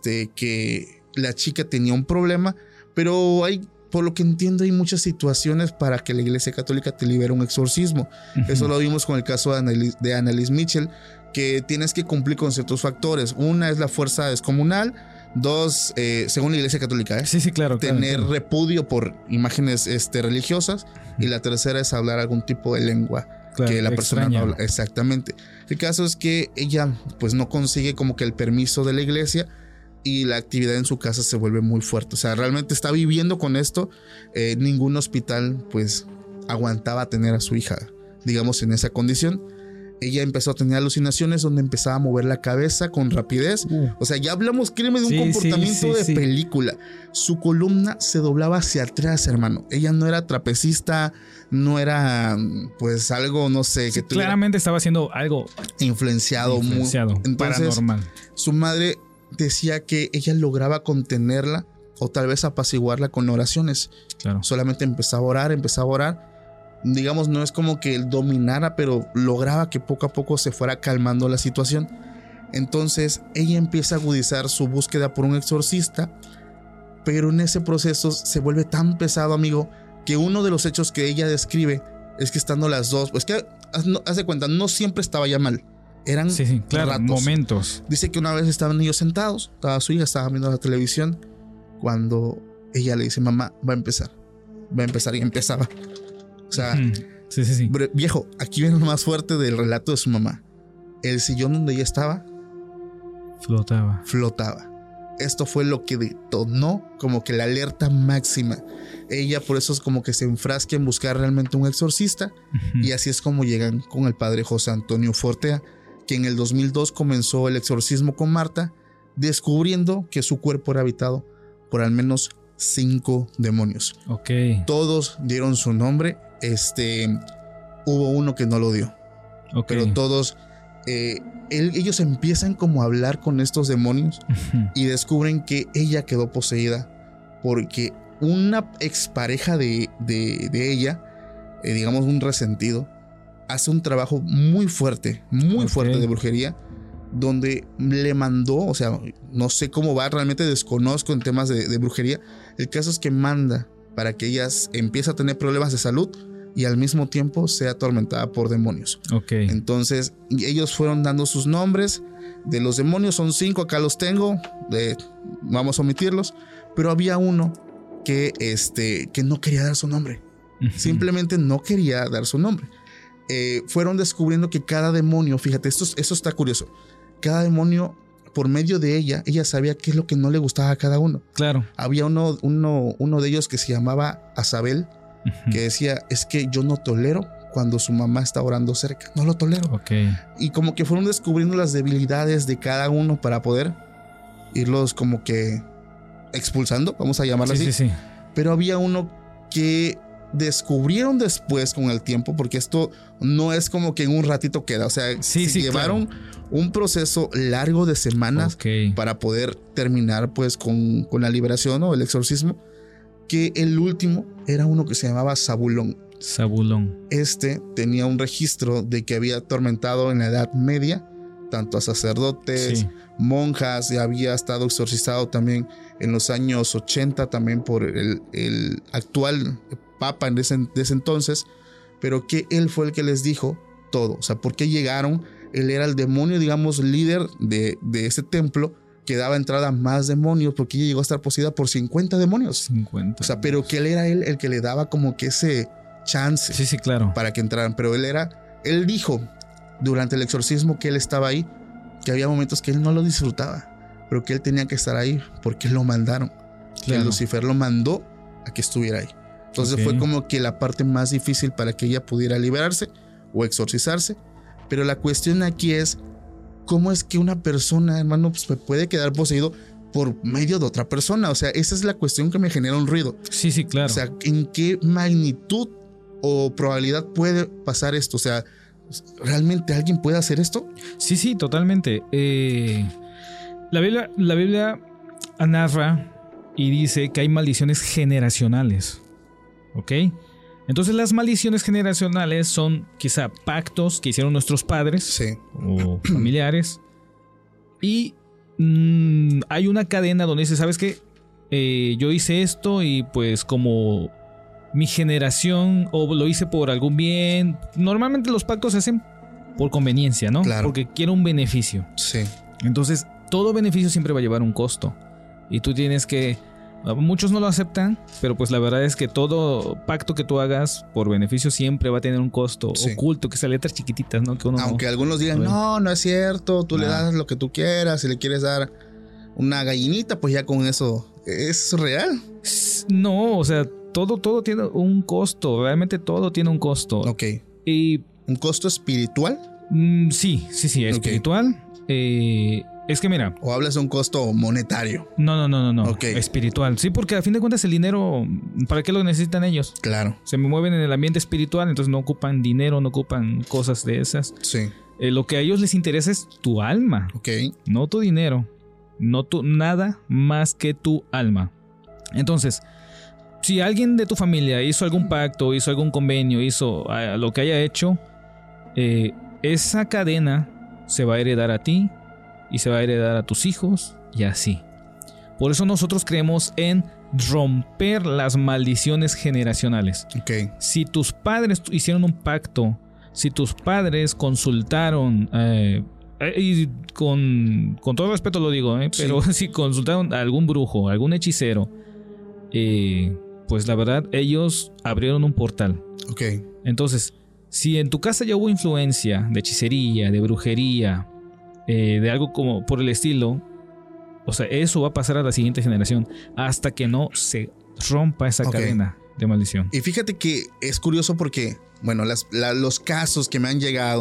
que la chica tenía un problema, pero por lo que entiendo, hay muchas situaciones para que la Iglesia Católica te libere un exorcismo. Eso lo vimos con el caso de Annalise Mitchell, que tienes que cumplir con ciertos factores. Una es la fuerza descomunal. 2, según la Iglesia Católica, sí, claro, tener repudio por imágenes religiosas. Y la tercera es hablar algún tipo de lengua que la persona no habla. Exactamente. El caso es que ella pues no consigue como que el permiso de la iglesia, y la actividad en su casa se vuelve muy fuerte. O sea, realmente está viviendo con esto. Ningún hospital pues aguantaba tener a su hija, digamos, en esa condición. Ella empezó a tener alucinaciones donde empezaba a mover la cabeza con rapidez. O sea, ya hablamos, créeme, de un comportamiento de película. Su columna se doblaba hacia atrás, hermano. Ella no era trapecista, no era pues algo, no sé. Que claramente estaba haciendo algo influenciado. Entonces, paranormal. Su madre decía que ella lograba contenerla o tal vez apaciguarla con oraciones. Claro. Solamente empezaba a orar. Digamos, no es como que él dominara, pero lograba que poco a poco se fuera calmando la situación. Entonces ella empieza a agudizar su búsqueda por un exorcista, pero en ese proceso se vuelve tan pesado, amigo, que uno de los hechos que ella describe es que estando las dos, pues que haz de cuenta, no siempre estaba ya mal. Eran claro, ratos. Momentos. Dice que una vez estaban ellos sentados, su hija estaba viendo la televisión, cuando ella le dice: mamá, va a empezar, y empezaba. O sea, viejo, aquí viene lo más fuerte del relato de su mamá. El sillón donde ella estaba flotaba. Esto fue lo que detonó como que la alerta máxima. Ella por eso es como que se enfrasca en buscar realmente un exorcista. Y así es como llegan con el padre José Antonio Fortea, que en el 2002 comenzó el exorcismo con Marta, descubriendo que su cuerpo era habitado por al menos 5 demonios. Ok. Todos dieron su nombre. Hubo uno que no lo dio. Okay. Pero todos, ellos empiezan como a hablar con estos demonios y descubren que ella quedó poseída porque una expareja de ella, digamos un resentido, hace un trabajo muy fuerte de brujería, donde le mandó, o sea, no sé cómo va, realmente desconozco en temas de brujería. El caso es que manda para que ella empiece a tener problemas de salud y al mismo tiempo sea atormentada por demonios. Ok. Entonces ellos fueron dando sus nombres de los demonios. Son 5, acá los tengo, vamos a omitirlos, pero había uno que no quería dar su nombre. Simplemente no quería dar su nombre. Fueron descubriendo que cada demonio, fíjate, eso está curioso. Cada demonio, por medio de ella sabía qué es lo que no le gustaba a cada uno. Claro. Había uno de ellos que se llamaba Azabel, que decía, es que yo no tolero cuando su mamá está orando cerca. No lo tolero. Okay. Y como que fueron descubriendo las debilidades de cada uno para poder irlos como que expulsando, vamos a llamarlo así. Sí. Pero había uno que descubrieron después con el tiempo, porque esto no es como que en un ratito queda. O sea, llevaron un proceso largo de semanas para poder terminar pues con la liberación o el exorcismo. Que el último era uno que se llamaba Zabulón. Tenía un registro de que había atormentado en la Edad Media tanto a sacerdotes, monjas, y había estado exorcizado también en los años 80 también por el actual papa de ese entonces, pero que él fue el que les dijo todo. O sea, ¿por qué llegaron? Él era el demonio, digamos, líder de ese templo, que daba entrada a más demonios, porque ella llegó a estar poseída por 50 demonios. 50. O sea, pero que él era el que le daba como que ese chance. Sí, claro. Para que entraran. Pero él dijo durante el exorcismo que él estaba ahí, que había momentos que él no lo disfrutaba, pero que él tenía que estar ahí porque lo mandaron. Claro. Que Lucifer lo mandó a que estuviera ahí. Entonces fue como que la parte más difícil para que ella pudiera liberarse o exorcizarse. Pero la cuestión aquí es, ¿cómo es que una persona, hermano, pues puede quedar poseído por medio de otra persona? O sea, esa es la cuestión que me genera un ruido. Sí, claro. O sea, ¿en qué magnitud o probabilidad puede pasar esto? O sea, ¿realmente alguien puede hacer esto? Sí, totalmente. La Biblia narra y dice que hay maldiciones generacionales. ¿Ok? Entonces las maldiciones generacionales son quizá pactos que hicieron nuestros padres o familiares. Y hay una cadena donde dice, ¿sabes qué? Yo hice esto y pues como mi generación o lo hice por algún bien. Normalmente los pactos se hacen por conveniencia, ¿no? Claro. Porque quiero un beneficio. Sí. Entonces todo beneficio siempre va a llevar un costo. Y tú tienes que... Muchos no lo aceptan, pero pues la verdad es que todo pacto que tú hagas por beneficio siempre va a tener un costo oculto, que es letras chiquititas, ¿no? Que uno aunque algunos digan, no es cierto, tú le das lo que tú quieras, si le quieres dar una gallinita, pues ya con eso, ¿es real? No, o sea, todo tiene un costo, realmente todo tiene un costo. Ok. Y ¿un costo espiritual? Sí, espiritual. Es que mira. ¿O hablas de un costo monetario? No. Okay. Espiritual. Sí, porque a fin de cuentas el dinero, ¿para qué lo necesitan ellos? Claro. Se mueven en el ambiente espiritual, entonces no ocupan dinero, no ocupan cosas de esas. Sí. Lo que a ellos les interesa es tu alma. Ok. No tu dinero. Nada más que tu alma. Entonces, si alguien de tu familia hizo algún pacto, hizo algún convenio, hizo lo que haya hecho, esa cadena se va a heredar a ti y se va a heredar a tus hijos y así. Por eso nosotros creemos en romper las maldiciones generacionales. Okay. Si tus padres hicieron un pacto, si tus padres consultaron, y con todo respeto lo digo, pero si consultaron a algún brujo, a algún hechicero, pues la verdad ellos abrieron un portal. Okay. Entonces, si en tu casa ya hubo influencia de hechicería, de brujería, de algo como por el estilo, o sea, eso va a pasar a la siguiente generación hasta que no se rompa esa cadena de maldición. Y fíjate que es curioso porque, bueno, los casos que me han llegado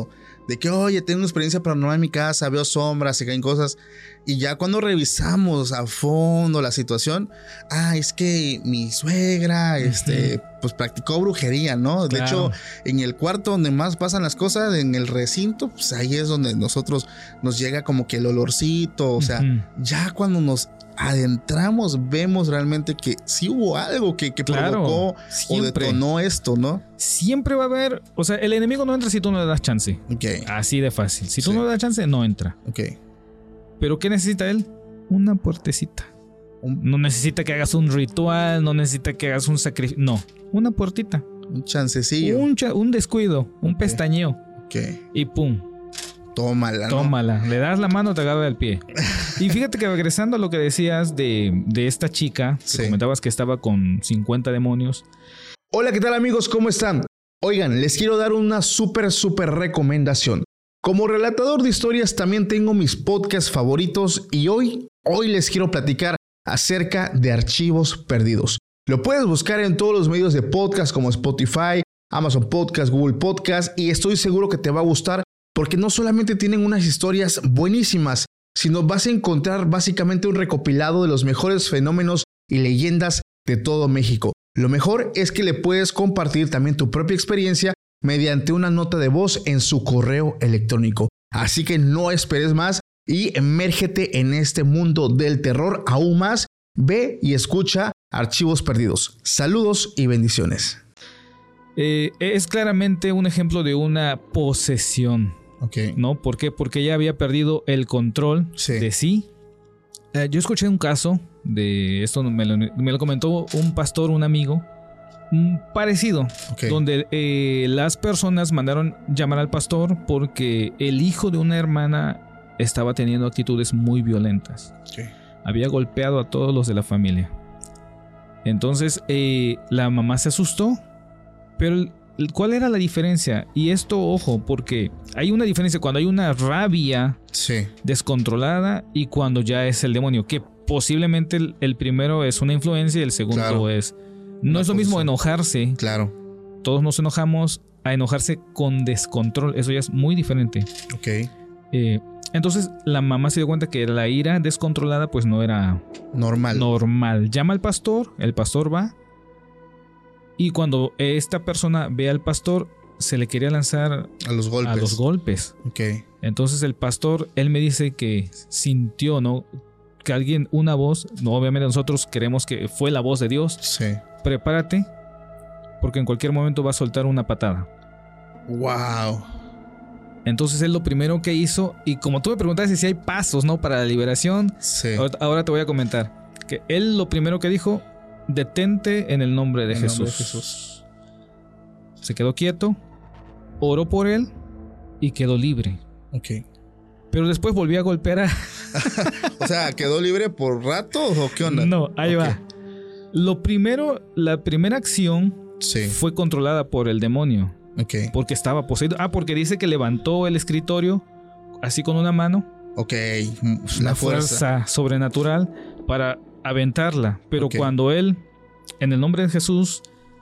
de que, oye, tengo una experiencia paranormal en mi casa, veo sombras, se caen cosas. Y ya cuando revisamos a fondo la situación, es que mi suegra, pues practicó brujería, ¿no? De hecho, en el cuarto donde más pasan las cosas, en el recinto, pues ahí es donde nosotros nos llega como que el olorcito. O sea, ya cuando nos adentramos, vemos realmente que sí hubo algo que provocó o detonó esto, ¿no? Siempre va a haber, o sea, el enemigo no entra si tú no le das chance. Así de fácil. Si tú no le das chance, no entra. Pero ¿qué necesita él? Una puertecita. No necesita que hagas un ritual, no necesita que hagas un sacrificio. No, una puertita. Un chancecillo. Un descuido, un pestañeo. Y pum. Tómala, ¿no? Tómala. Le das la mano, te agarra el pie. Y fíjate que regresando a lo que decías de esta chica, que comentabas que estaba con 50 demonios. Hola, ¿qué tal amigos? ¿Cómo están? Oigan, les quiero dar una súper recomendación. Como relatador de historias también tengo mis podcasts favoritos y hoy les quiero platicar acerca de Archivos Perdidos. Lo puedes buscar en todos los medios de podcast como Spotify, Amazon Podcast, Google Podcast y estoy seguro que te va a gustar porque no solamente tienen unas historias buenísimas, sino vas a encontrar básicamente un recopilado de los mejores fenómenos y leyendas de todo México. Lo mejor es que le puedes compartir también tu propia experiencia mediante una nota de voz en su correo electrónico. Así que no esperes más y emérgete en este mundo del terror aún más. Ve y escucha Archivos Perdidos. Saludos y bendiciones. Es claramente un ejemplo de una posesión. ¿No? ¿Por qué? Porque ella había perdido el control de sí. Yo escuché un caso de esto, me lo comentó un pastor, un amigo, parecido, donde las personas mandaron llamar al pastor porque el hijo de una hermana estaba teniendo actitudes muy violentas. Había golpeado a todos los de la familia. Entonces la mamá se asustó, pero ¿cuál era la diferencia? Y esto, ojo, porque hay una diferencia cuando hay una rabia descontrolada y cuando ya es el demonio, que posiblemente el primero es una influencia y el segundo es... No es lo mismo enojarse. Todos nos enojamos a enojarse con descontrol. Eso ya es muy diferente. Entonces la mamá se dio cuenta que la ira descontrolada pues no era normal. Llama al pastor, el pastor va. Y cuando esta persona ve al pastor, se le quería lanzar a los golpes. Entonces el pastor, él me dice que sintió, ¿no? Que alguien, una voz, no, obviamente nosotros creemos que fue la voz de Dios. Prepárate, porque en cualquier momento va a soltar una patada. ¡Wow! Entonces él lo primero que hizo, y como tú me preguntaste si hay pasos, ¿no? Para la liberación, ahora te voy a comentar. Que él lo primero que dijo... Detente en el nombre de Jesús. Se quedó quieto, oró por él y quedó libre. Pero después volvió a golpear O sea, ¿quedó libre por rato o qué onda? No, ahí va. La primera acción fue controlada por el demonio. Porque estaba poseído. Porque dice que levantó el escritorio así con una mano. La fuerza sobrenatural para aventarla, pero cuando él, en el nombre de Jesús,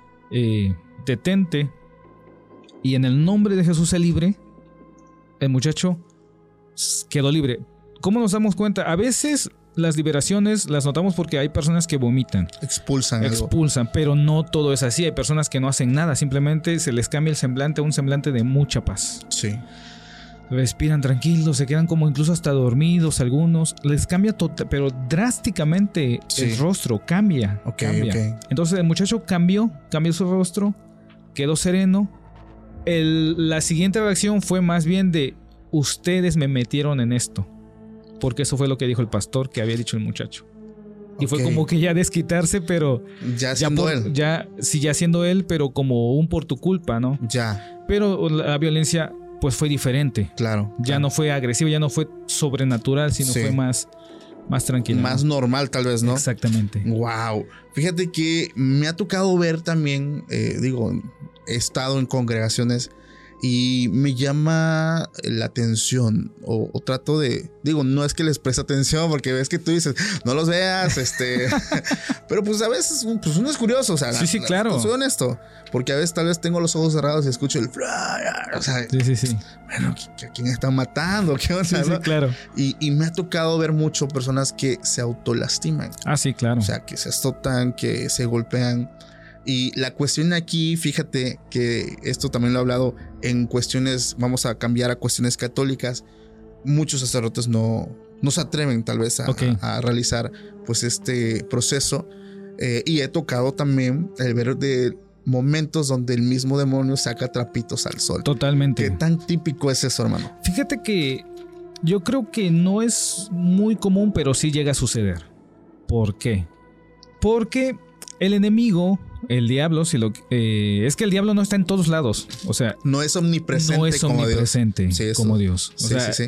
detente, y en el nombre de Jesús se libre, el muchacho quedó libre. ¿Cómo nos damos cuenta? A veces las liberaciones las notamos porque hay personas que vomitan, expulsan, pero no todo es así. Hay personas que no hacen nada, simplemente se les cambia el semblante a un semblante de mucha paz. Respiran tranquilos, se quedan como incluso hasta dormidos algunos. Les cambia pero drásticamente el rostro, cambia. Entonces el muchacho cambió su rostro, quedó sereno. La siguiente reacción fue más bien de: ustedes me metieron en esto. Porque eso fue lo que dijo el pastor que había dicho el muchacho. Y fue como que ya desquitarse, pero ya siendo él. Ya siendo él, pero como un por tu culpa, ¿no? Pero la violencia pues fue diferente. Ya no fue agresivo, ya no fue sobrenatural, sino fue más tranquilo. Más normal, tal vez, ¿no? Exactamente. Wow. Fíjate que me ha tocado ver también, he estado en congregaciones y me llama la atención o trato de, digo, no es que les preste atención porque ves que tú dices, no los veas, pero pues a veces pues uno es curioso, o sea, sí, claro. Soy honesto, porque a veces tal vez tengo los ojos cerrados y escucho el, o sea, sí. Bueno, ¿a quién están matando? ¿Qué onda? Sí, ¿no? claro. Y me ha tocado ver mucho personas que se autolastiman. Ah, sí, claro. O sea, que se azotan, que se golpean. Y la cuestión aquí, fíjate que esto también lo he hablado en cuestiones, vamos a cambiar a cuestiones católicas. Muchos sacerdotes no se atreven tal vez a realizar pues este proceso. Y he tocado también el ver de momentos donde el mismo demonio saca trapitos al sol. Totalmente. ¿Qué tan típico es eso, hermano? Fíjate que yo creo que no es muy común, pero sí llega a suceder. ¿Por qué? Porque el enemigo, el diablo, es que el diablo no está en todos lados. O sea, no es omnipresente, no es omnipresente como Dios. O sea, sí.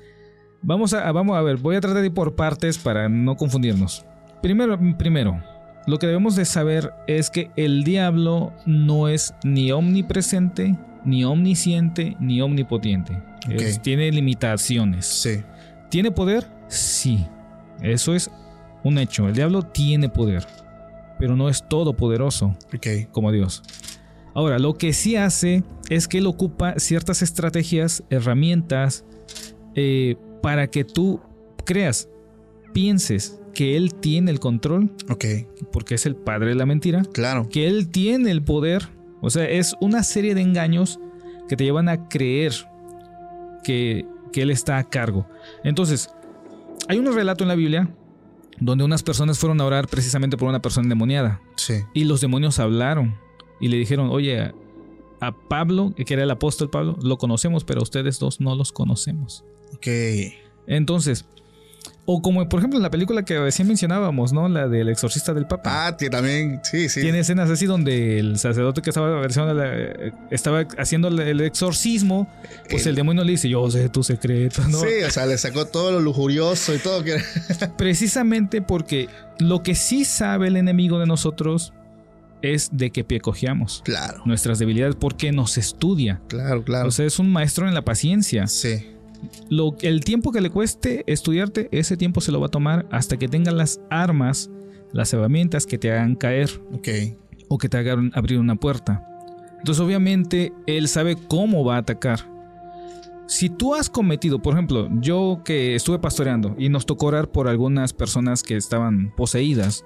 Vamos a ver, voy a tratar de ir por partes para no confundirnos. Primero, lo que debemos de saber es que el diablo no es ni omnipresente, ni omnisciente, ni omnipotente. Tiene limitaciones. Sí. ¿Tiene poder? Sí. Eso es un hecho. El diablo tiene poder, pero no es todopoderoso como Dios. Ahora, lo que sí hace es que él ocupa ciertas estrategias, herramientas, para que tú creas, pienses que él tiene el control, porque es el padre de la mentira, claro, que él tiene el poder. O sea, es una serie de engaños que te llevan a creer que él está a cargo. Entonces, hay un relato en la Biblia donde unas personas fueron a orar precisamente por una persona endemoniada. Sí. Y los demonios hablaron y le dijeron, oye, a Pablo, que era el apóstol Pablo, lo conocemos, pero ustedes dos no los conocemos. Entonces, o como por ejemplo en la película que recién mencionábamos, ¿no? La del exorcista del Papa. Ah, que también, sí. Tiene escenas así donde el sacerdote que estaba haciendo el exorcismo, pues el demonio le dice, yo sé tu secreto, ¿no? Sí, o sea, le sacó todo lo lujurioso y todo. Precisamente porque lo que sí sabe el enemigo de nosotros es de qué pie cojeamos. Claro. Nuestras debilidades, porque nos estudia. Claro. O sea, es un maestro en la paciencia. Sí. El tiempo que le cueste estudiarte, ese tiempo se lo va a tomar hasta que tenga las armas, las herramientas que te hagan caer. O que te hagan abrir una puerta. Entonces, obviamente, él sabe cómo va a atacar. Si tú has cometido, por ejemplo, yo que estuve pastoreando y nos tocó orar por algunas personas que estaban poseídas,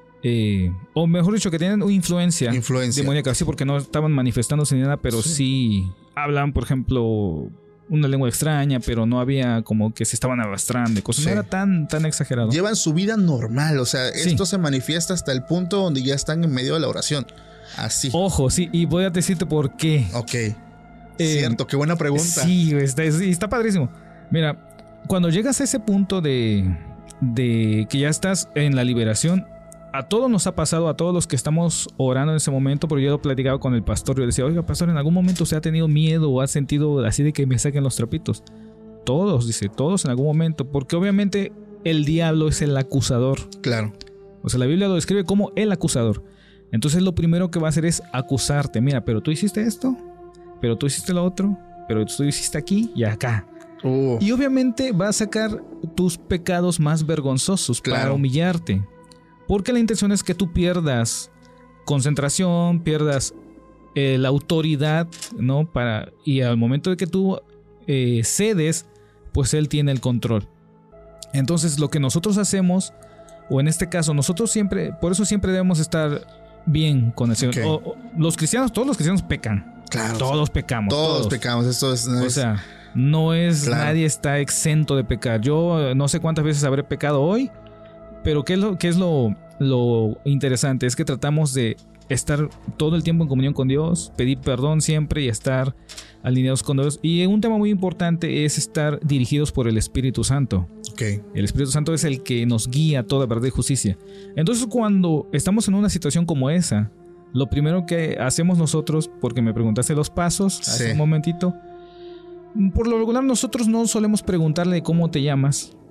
o mejor dicho, que tienen una influencia demoníaca, sí, porque no estaban manifestándose ni nada, pero sí hablaban, por ejemplo, una lengua extraña, pero no había como que se estaban arrastrando de cosas. No era tan exagerado. Llevan su vida normal, o sea, esto se manifiesta hasta el punto donde ya están en medio de la oración. Así. Ojo, sí, y voy a decirte por qué. Cierto, qué buena pregunta. Sí, está padrísimo. Mira, cuando llegas a ese punto de que ya estás en la liberación, a todos nos ha pasado, a todos los que estamos orando en ese momento, porque yo he platicado con el pastor y yo decía, oiga, pastor, ¿en algún momento usted ha tenido miedo o ha sentido así de que me saquen los trapitos? Todos en algún momento, porque obviamente el diablo es el acusador. Claro. O sea, la Biblia lo describe como el acusador. Entonces lo primero que va a hacer es acusarte. Mira, pero tú hiciste esto, pero tú hiciste lo otro, pero tú hiciste aquí y acá. Y obviamente va a sacar tus pecados más vergonzosos para humillarte. Porque la intención es que tú pierdas concentración, pierdas la autoridad, ¿no? Y al momento de que tú cedes, pues él tiene el control. Entonces lo que nosotros hacemos, o en este caso nosotros siempre, por eso siempre debemos estar bien con el Señor. Los cristianos, todos los cristianos pecan. Claro. Todos pecamos. Todos pecamos. Esto es. O sea, no es nadie está exento de pecar. Yo no sé cuántas veces habré pecado hoy. Pero ¿qué es lo interesante? Es que tratamos de estar todo el tiempo en comunión con Dios, pedir perdón siempre y estar alineados con Dios. Y un tema muy importante es estar dirigidos por el Espíritu Santo. El Espíritu Santo es el que nos guía a toda verdad y justicia. Entonces, cuando estamos en una situación como esa, lo primero que hacemos nosotros, porque me preguntaste los pasos hace un momentito, por lo regular nosotros no solemos preguntarle cómo te llamas.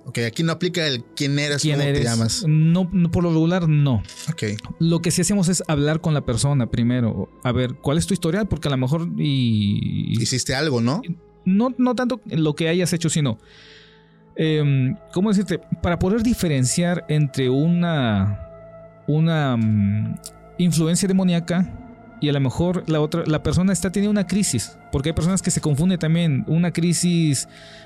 Ok, aquí no aplica el quién eres, ¿Quién cómo eres? te llamas. No, por lo regular, no. Ok. Lo que sí hacemos es hablar con la persona primero. A ver, ¿cuál es tu historial? Porque a lo mejor Hiciste algo, ¿no? no tanto lo que hayas hecho, sino ¿cómo decirte? Para poder diferenciar entre una influencia demoníaca y a lo mejor la persona está teniendo una crisis, porque hay personas que se confunden también, una crisis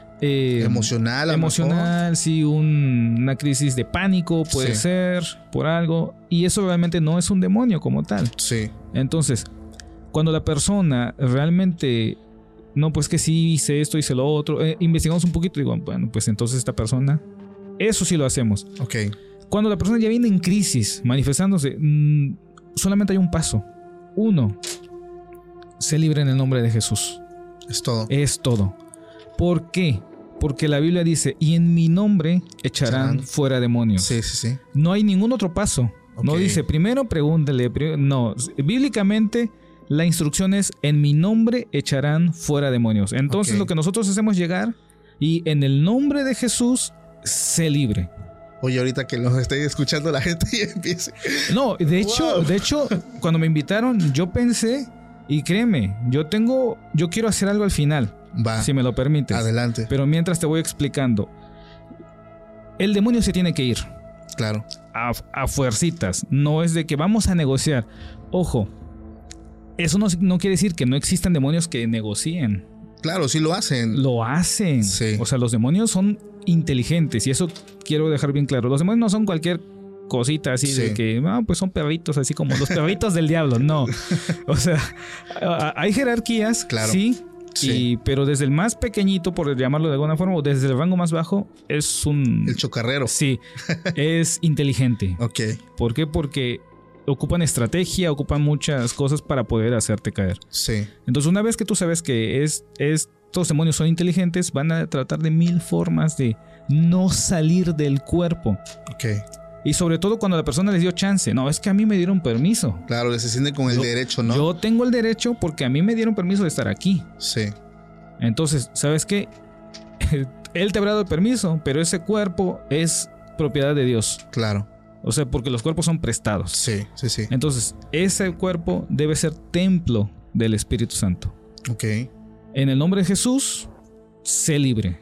emocional, sí, una crisis de pánico puede ser por algo, y eso realmente no es un demonio como tal. Sí. Entonces, cuando la persona realmente no, pues que sí hice esto, hice lo otro, investigamos un poquito y digo, bueno, pues entonces esta persona, eso sí lo hacemos. Ok. Cuando la persona ya viene en crisis, manifestándose, solamente hay un paso. 1, sé libre en el nombre de Jesús. Es todo. Es todo. ¿Por qué? Porque la Biblia dice, y en mi nombre echarán fuera demonios. Sí, sí, sí. No hay ningún otro paso. Okay. No dice, primero pregúntale. No, bíblicamente la instrucción es, en mi nombre echarán fuera demonios. Entonces lo que nosotros hacemos es llegar y en el nombre de Jesús, sé libre. Oye, ahorita que los estoy escuchando la gente y empiece. No, de hecho, cuando me invitaron, yo pensé, y créeme, yo quiero hacer algo al final. Va. Si me lo permites. Adelante. Pero mientras te voy explicando. El demonio se tiene que ir. Claro. A fuercitas. No es de que vamos a negociar. Ojo, eso no quiere decir que no existan demonios que negocien. Claro, sí lo hacen. Lo hacen. Sí. O sea, los demonios son inteligentes y eso quiero dejar bien claro. Los demonios no son cualquier cosita así de que, pues son perritos, así como los perritos del diablo. No. O sea, hay jerarquías, claro. Sí. Pero desde el más pequeñito, por llamarlo de alguna forma, o desde el rango más bajo, es el chocarrero. Sí, es inteligente. Ok. ¿Por qué? Porque ocupan estrategia, ocupan muchas cosas para poder hacerte caer. Sí. Entonces, una vez que tú sabes que estos demonios son inteligentes, van a tratar de 1000 formas de no salir del cuerpo. Ok. Y sobre todo cuando la persona les dio chance. No, es que a mí me dieron permiso. Claro, se sienten con el derecho, ¿no? Yo tengo el derecho porque a mí me dieron permiso de estar aquí. Sí. Entonces, ¿sabes qué? Él te habrá dado el permiso, pero ese cuerpo es propiedad de Dios. Claro. O sea, porque los cuerpos son prestados. Sí. Entonces, ese cuerpo debe ser templo del Espíritu Santo. Ok. En el nombre de Jesús, sé libre.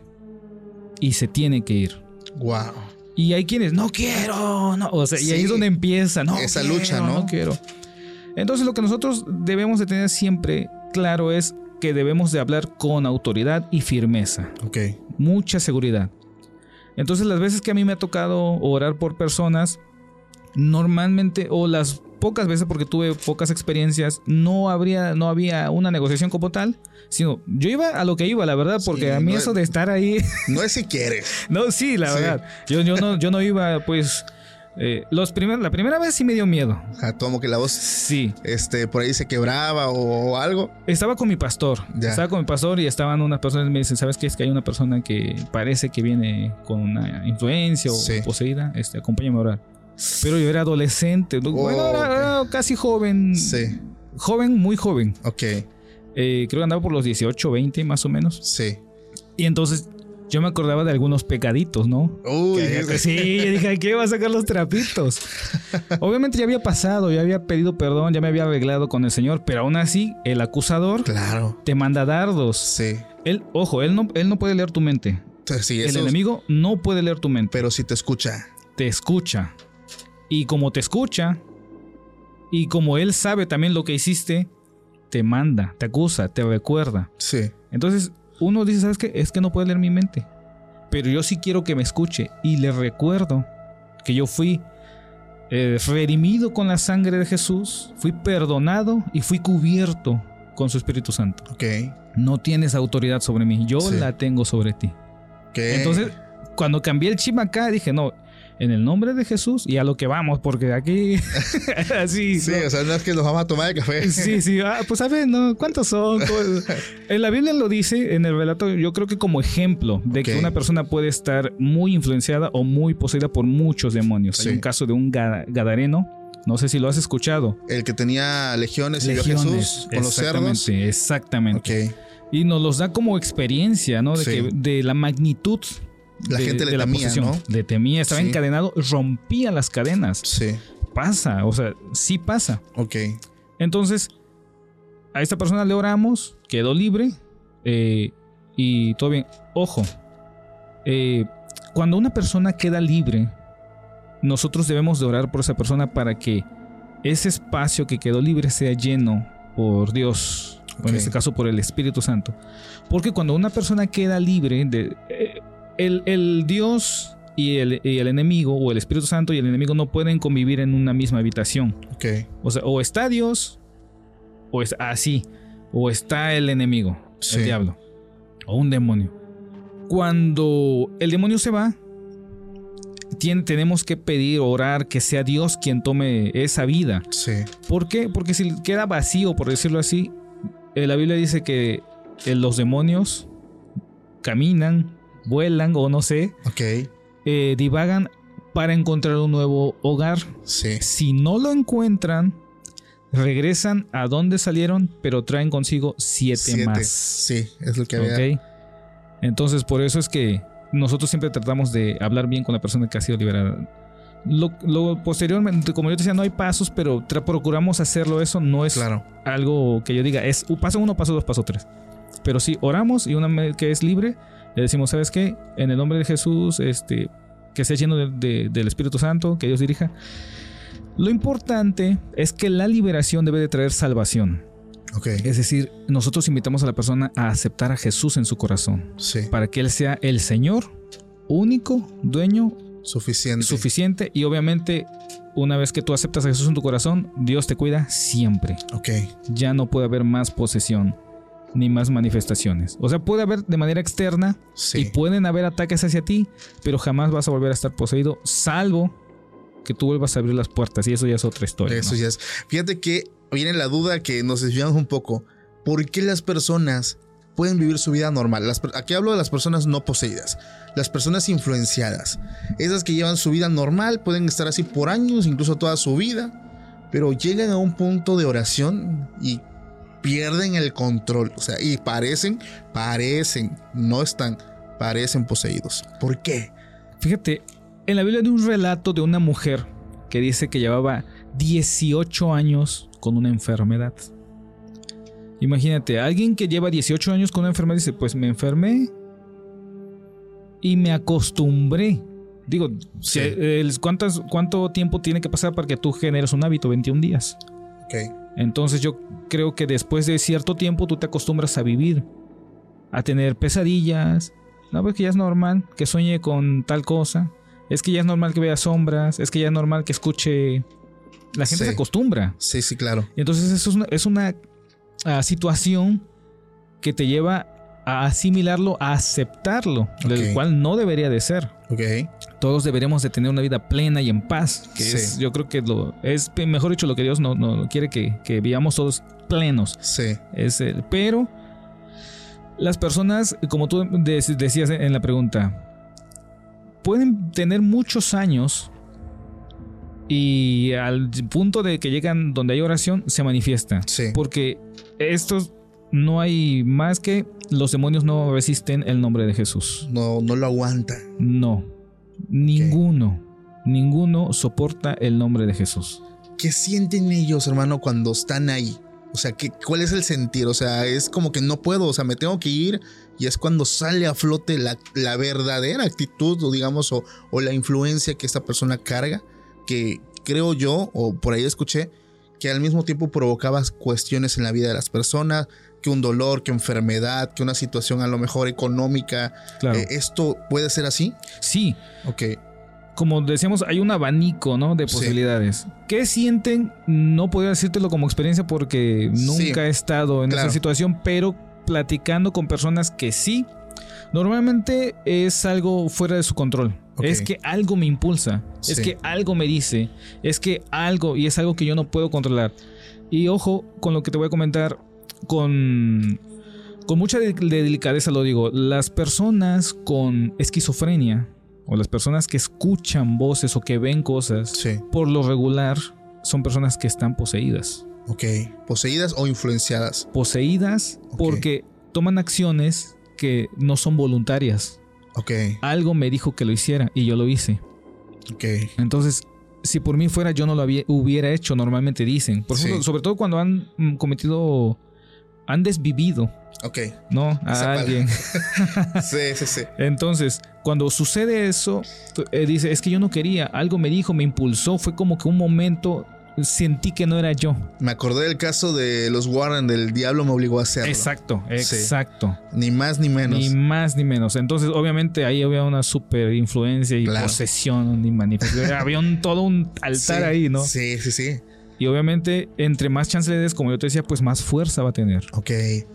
Y se tiene que ir. Wow. Y hay quienes, no quiero, no. O sea, y ahí es donde empieza, no. Esa lucha, ¿no? No quiero. Entonces, lo que nosotros debemos de tener siempre claro es que debemos de hablar con autoridad y firmeza. Ok. Mucha seguridad. Entonces, las veces que a mí me ha tocado orar por personas, normalmente, o las pocas veces, porque tuve pocas experiencias, no había una negociación como tal, sino yo iba a lo que iba, la verdad, porque a mí eso de estar ahí no es si quieres. No, sí, la verdad. Yo no iba, pues la primera vez sí me dio miedo. Como que la voz por ahí se quebraba o algo. Estaba con mi pastor. Y estaban unas personas y me dicen, ¿sabes qué? Es que hay una persona que parece que viene con una influencia o poseída. Acompáñame a orar. Pero yo era adolescente. Era casi joven. Sí. Joven, muy joven. Ok. Creo que andaba por los 18, 20 más o menos. Sí. Y entonces yo me acordaba de algunos pecaditos, ¿no? Uy. Sí, dije, ¿qué va a sacar los trapitos? Obviamente ya había pasado, ya había pedido perdón, ya me había arreglado con el Señor, pero aún así el acusador te manda dardos. Sí. Él no puede leer tu mente. Sí, el enemigo no puede leer tu mente. Pero sí te escucha. Te escucha. Y como te escucha, y como él sabe también lo que hiciste, te manda, te acusa, te recuerda. Sí. Entonces uno dice, ¿sabes qué? Es que no puede leer mi mente. Pero yo sí quiero que me escuche. Y le recuerdo que yo fui redimido con la sangre de Jesús, fui perdonado y fui cubierto con su Espíritu Santo. Ok. No tienes autoridad sobre mí, yo la tengo sobre ti. Okay. Entonces, cuando cambié el chip acá, dije, no, en el nombre de Jesús y a lo que vamos, porque aquí así. Sí, ¿no? O sea, no es que nos vamos a tomar el café. Sí, pues a ver, ¿no? ¿Cuántos son? En la Biblia lo dice, en el relato, yo creo que como ejemplo de que una persona puede estar muy influenciada o muy poseída por muchos demonios. Hay un caso de un gadareno, no sé si lo has escuchado. El que tenía legiones y vio a Jesús con los cerdos. Exactamente. Okay. Y nos los da como experiencia, ¿no? De la magnitud La gente le la temía, posesión. ¿no? Le temía, estaba Sí. encadenado, rompía las cadenas. Sí. Pasa, o sea, sí pasa. Ok. Entonces, a esta persona le oramos, quedó libre y todo bien. Ojo, cuando una persona queda libre, nosotros debemos de orar por esa persona para que ese espacio que quedó libre sea lleno por Dios, o en este caso por el Espíritu Santo. Porque cuando una persona queda libre, el Dios y el enemigo, o el Espíritu Santo y el enemigo, no pueden convivir en una misma habitación. Ok. O sea, o está Dios, o es así, o está el enemigo, Sí. el diablo, o un demonio. Cuando el demonio se va, tenemos que pedir, orar que sea Dios quien tome esa vida. Sí. ¿Por qué? Porque si queda vacío, por decirlo así, la Biblia dice que los demonios caminan, vuelan o no sé, Ok. divagan para encontrar un nuevo hogar. Sí. Si no lo encuentran, regresan a donde salieron, pero traen consigo 7 más. Sí, es lo que había. ¿Ok? Entonces, por eso es que nosotros siempre tratamos de hablar bien con la persona que ha sido liberada. Lo posteriormente, como yo te decía, no hay pasos, pero procuramos hacerlo. Eso no es Claro. algo que yo diga, es paso 1, paso 2, paso 3. Pero sí, oramos y una vez que es libre, le decimos, ¿sabes qué? En el nombre de Jesús, que sea lleno del Espíritu Santo, que Dios dirija. Lo importante es que la liberación debe de traer salvación. Ok. Es decir, nosotros invitamos a la persona a aceptar a Jesús en su corazón, Sí. para que Él sea el Señor, único, dueño, suficiente. Y obviamente, una vez que tú aceptas a Jesús en tu corazón, Dios te cuida siempre. Ok. Ya no puede haber más posesión ni más manifestaciones. O sea, puede haber de manera externa Sí. y pueden haber ataques hacia ti, pero jamás vas a volver a estar poseído, salvo que tú vuelvas a abrir las puertas, y eso ya es otra historia. Eso ¿no? ya es. Fíjate que viene la duda que nos desviamos un poco. ¿Por qué las personas pueden vivir su vida normal? Aquí hablo de las personas no poseídas, las personas influenciadas, esas que llevan su vida normal, pueden estar así por años, incluso toda su vida, pero llegan a un punto de oración y pierden el control. O sea, y parecen, no están, parecen poseídos. ¿Por qué? Fíjate, en la Biblia hay un relato de una mujer que dice que llevaba 18 años con una enfermedad. Imagínate, alguien que lleva 18 años con una enfermedad dice, pues me enfermé y me acostumbré. Digo, Sí. ¿cuánto tiempo tiene que pasar para que tú generes un hábito? 21 días. Ok. Entonces yo creo que después de cierto tiempo tú te acostumbras a vivir, a tener pesadillas. No, pues que ya es normal que sueñe con tal cosa. Es que ya es normal que vea sombras. Es que ya es normal que escuche. La gente Sí. se acostumbra. Sí, sí, claro. Y entonces eso es una situación que te lleva a asimilarlo, a aceptarlo, del cual no debería de ser. Ok. Todos deberíamos de tener una vida plena y en paz, que Sí. es, yo creo que es mejor dicho, lo que Dios no quiere que vivamos todos plenos. Sí. Pero las personas, como tú decías en la pregunta, pueden tener muchos años y al punto de que llegan donde hay oración se manifiesta. Sí. Porque estos no hay más que los demonios no resisten el nombre de Jesús. No lo aguanta. No, ninguno soporta el nombre de Jesús. ¿Qué sienten ellos, hermano, cuando están ahí? O sea, ¿cuál es el sentir? O sea, es como que no puedo, o sea, me tengo que ir, y es cuando sale a flote la verdadera actitud, o digamos, o la influencia que esta persona carga, que creo yo, o por ahí escuché, que al mismo tiempo provocaba cuestiones en la vida de las personas, que un dolor, que enfermedad, que una situación a lo mejor económica. Claro. ¿Esto puede ser así? Sí. Ok. Como decíamos, hay un abanico, ¿no?, de posibilidades. Sí. ¿Qué sienten? No podría decírtelo como experiencia porque nunca he estado en esa situación, pero platicando con personas que sí, normalmente es algo fuera de su control. Okay. Es que algo me impulsa, es que algo me dice, es que algo, y es algo que yo no puedo controlar. Y ojo con lo que te voy a comentar, con mucha delicadeza lo digo, las personas con esquizofrenia o las personas que escuchan voces o que ven cosas, por lo regular son personas que están poseídas. Ok, poseídas o influenciadas. Poseídas porque toman acciones que no son voluntarias. Ok. Algo me dijo que lo hiciera y yo lo hice. Ok. Entonces, si por mí fuera, yo no lo hubiera hecho, normalmente dicen. Por ejemplo, sobre todo cuando han desvivido. Ok. ¿No? A alguien. Sí. Entonces, cuando sucede eso, dice, es que yo no quería, algo me dijo, me impulsó, fue como que un momento sentí que no era yo. Me acordé del caso de los Warren, del diablo me obligó a hacerlo. Exacto. Sí. Ni más ni menos. Ni más ni menos. Entonces, obviamente, ahí había una super influencia y posesión y manifestación. Había todo un altar ahí, ¿no? Sí. Y obviamente, entre más chance le des, como yo te decía, pues más fuerza va a tener. Ok.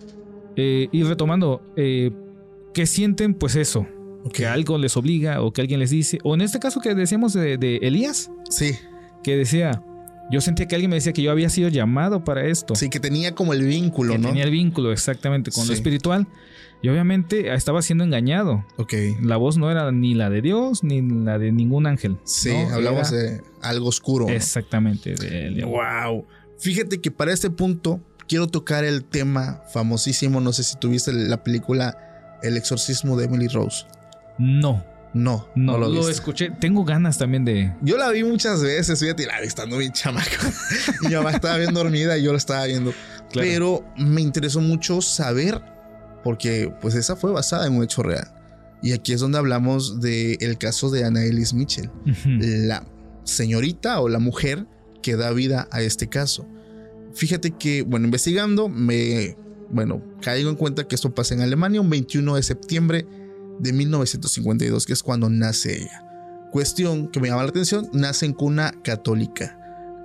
Y retomando, ¿qué sienten? Pues eso. Okay. Que algo les obliga o que alguien les dice. O en este caso que decíamos de Elías. Sí. Que decía, yo sentía que alguien me decía que yo había sido llamado para esto. Sí, que tenía como el vínculo, que ¿no? Tenía el vínculo exactamente con lo espiritual. Y obviamente estaba siendo engañado. Ok. La voz no era ni la de Dios ni la de ningún ángel. Sí, ¿no? Hablamos de algo oscuro, ¿no? Exactamente. Wow. Fíjate que para este punto quiero tocar el tema famosísimo. No sé si tuviste la película El exorcismo de Emily Rose. No lo escuché. Tengo ganas también de... Yo la vi muchas veces, fíjate, la vi estando bien chamaco. Mi mamá estaba bien dormida y yo la estaba viendo. Claro. Pero me interesó mucho saber, porque pues esa fue basada en un hecho real. Y aquí es donde hablamos del caso de Annalise Mitchell, la señorita o la mujer que da vida a este caso. Fíjate que, investigando, caigo en cuenta que esto pasa en Alemania un 21 de septiembre de 1952, que es cuando nace ella. Cuestión que me llama la atención, nace en cuna católica.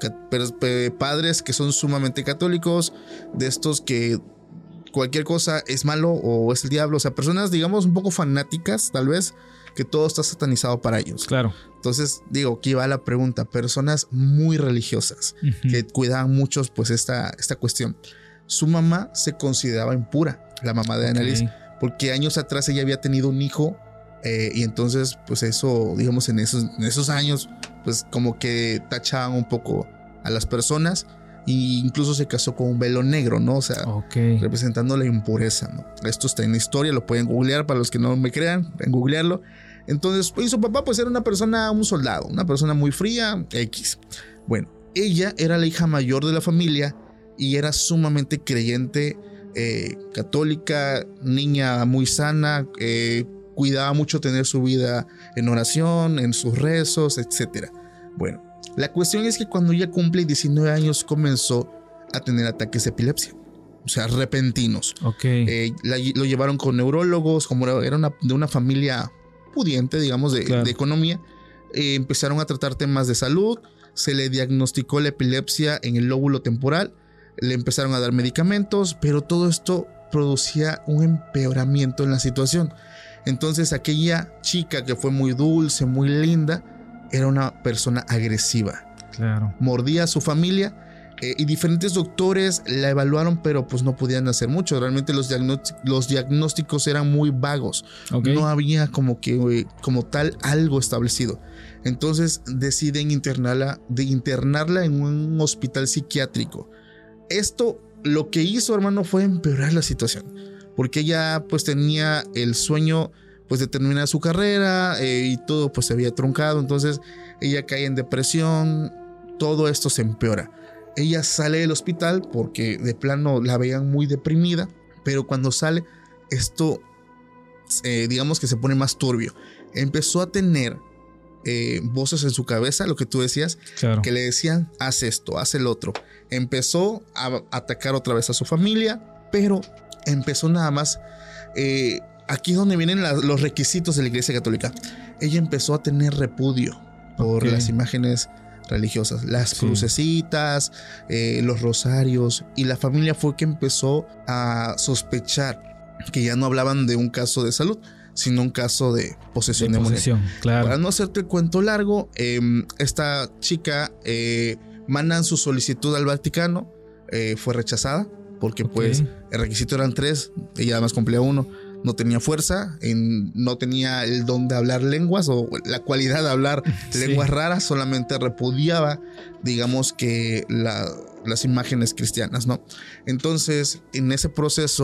Padres que son sumamente católicos, de estos que cualquier cosa es malo o es el diablo, o sea, personas, digamos, un poco fanáticas, tal vez, que todo está satanizado para ellos. Claro. Entonces, aquí va la pregunta, personas muy religiosas, que cuidaban mucho, pues, esta cuestión. Su mamá se consideraba impura, la mamá de Annalise, porque años atrás ella había tenido un hijo, y entonces, pues eso, digamos, en esos años, pues como que tachaban un poco a las personas, e incluso se casó con un velo negro, ¿no? O sea, representando la impureza, ¿no? Esto está en la historia, lo pueden googlear para los que no me crean, pueden googlearlo. Entonces, y su papá pues era una persona, un soldado, una persona muy fría, X. Bueno, ella era la hija mayor de la familia y era sumamente creyente, católica, niña muy sana, cuidaba mucho tener su vida en oración, en sus rezos, etc. Bueno, la cuestión es que cuando ella cumple 19 años comenzó a tener ataques de epilepsia, o sea, repentinos. Lo llevaron con neurólogos, como era de una familia pudiente, digamos, de economía. Empezaron a tratar temas de salud, se le diagnosticó la epilepsia en el lóbulo temporal, le empezaron a dar medicamentos, pero todo esto producía un empeoramiento en la situación. Entonces aquella chica que fue muy dulce, muy linda, era una persona agresiva. Claro. Mordía a su familia, y diferentes doctores la evaluaron, pero pues no podían hacer mucho. Realmente los diagnósticos eran muy vagos. No había como tal algo establecido. Entonces deciden internarla en un hospital psiquiátrico. Esto lo que hizo, hermano, fue empeorar la situación, porque ella pues tenía el sueño pues de terminar su carrera, y todo pues se había truncado. Entonces ella cae en depresión, todo esto se empeora. Ella sale del hospital porque de plano la veían muy deprimida, pero cuando sale esto, digamos que se pone más turbio. Empezó a tener voces en su cabeza, lo que tú decías, que le decían, haz esto, haz el otro. Empezó a atacar otra vez a su familia, pero empezó nada más, aquí es donde vienen los requisitos de la Iglesia Católica. Ella empezó a tener repudio por las imágenes religiosas, las crucecitas, los rosarios, y la familia fue que empezó a sospechar que ya no hablaban de un caso de salud, sino un caso de posesión demoníaca. Claro. Para no hacerte el cuento largo, esta chica mandan su solicitud al Vaticano, fue rechazada porque pues el requisito eran 3, ella además cumplía 1. No tenía fuerza, no tenía el don de hablar lenguas o la cualidad de hablar lenguas raras, solamente repudiaba, digamos, que las imágenes cristianas, ¿no? Entonces, en ese proceso,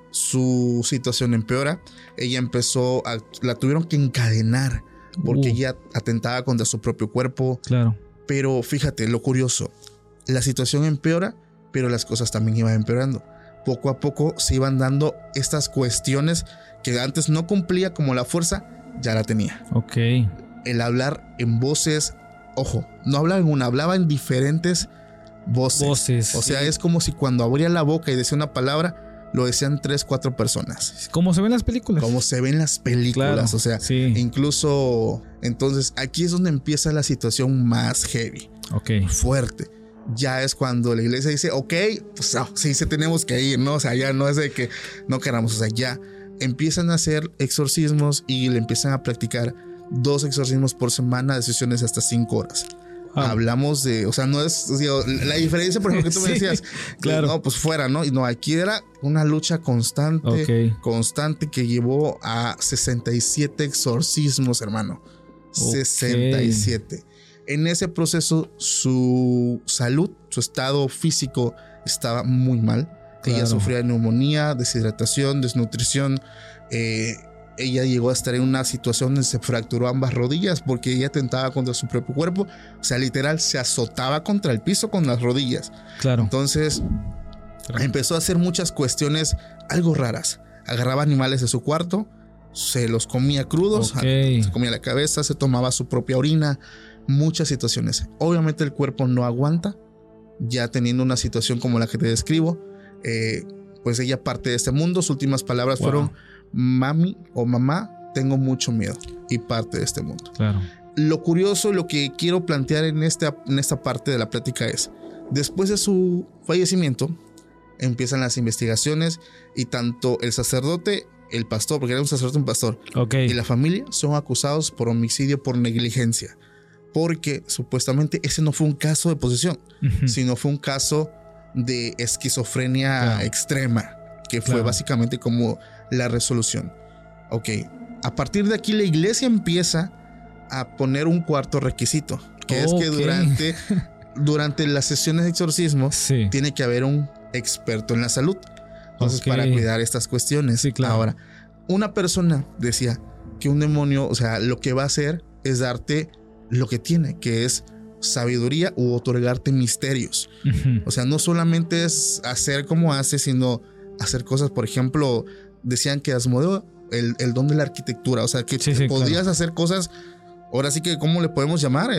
su situación empeora. Ella la tuvieron que encadenar porque ella atentaba contra su propio cuerpo. Claro. Pero fíjate, lo curioso, la situación empeora, pero las cosas también iban empeorando. Poco a poco se iban dando estas cuestiones que antes no cumplía, como la fuerza, ya la tenía. Ok. El hablar en voces, ojo, no hablaba en una, hablaba en diferentes voces. O sea, es como si cuando abría la boca y decía una palabra, lo decían 3, 4 personas. Como se ven las películas. Como se ven las películas. Claro, o sea, sí. Incluso, entonces, aquí es donde empieza la situación más heavy. Ok. Fuerte. Ya es cuando la iglesia dice, ok, pues sí, tenemos que ir, ¿no? O sea, ya no es de que no queramos, o sea, ya empiezan a hacer exorcismos y le empiezan a practicar 2 exorcismos por semana de sesiones hasta 5 horas. Hablamos de, o sea, no es, o sea, la diferencia, por ejemplo, que tú me decías, claro. No, pues fuera, ¿no? Y no, aquí era una lucha constante, constante que llevó a 67 exorcismos, hermano. 67. En ese proceso, su salud, su estado físico estaba muy mal. Ella sufría de neumonía, deshidratación, desnutrición. Ella llegó a estar en una situación donde se fracturó ambas rodillas porque ella atentaba contra su propio cuerpo. O sea, literal, se azotaba contra el piso con las rodillas. Claro. Entonces, empezó a hacer muchas cuestiones algo raras. Agarraba animales de su cuarto, se los comía crudos, se comía la cabeza, se tomaba su propia orina. Muchas situaciones. Obviamente el cuerpo no aguanta. Ya teniendo una situación como la que te describo, pues ella parte de este mundo. Sus últimas palabras fueron: mami o mamá, tengo mucho miedo, y parte de este mundo. Claro. Lo curioso, lo que quiero plantear en esta parte de la plática es: después de su fallecimiento, empiezan las investigaciones y tanto el sacerdote, el pastor, porque era un sacerdote y un pastor, y la familia son acusados por homicidio por negligencia. Porque supuestamente ese no fue un caso de posesión, sino fue un caso de esquizofrenia extrema, que fue básicamente como la resolución. A partir de aquí la iglesia empieza a poner un cuarto requisito, que es que durante las sesiones de exorcismo tiene que haber un experto en la salud. Entonces, para cuidar estas cuestiones. Ahora, una persona decía que un demonio, o sea, lo que va a hacer es darte lo que tiene, que es sabiduría u otorgarte misterios. O sea, no solamente es hacer como hace, sino hacer cosas. Por ejemplo, decían que Asmodeo, el don de la arquitectura, o sea, que podías hacer cosas, ahora sí que, ¿cómo le podemos llamar?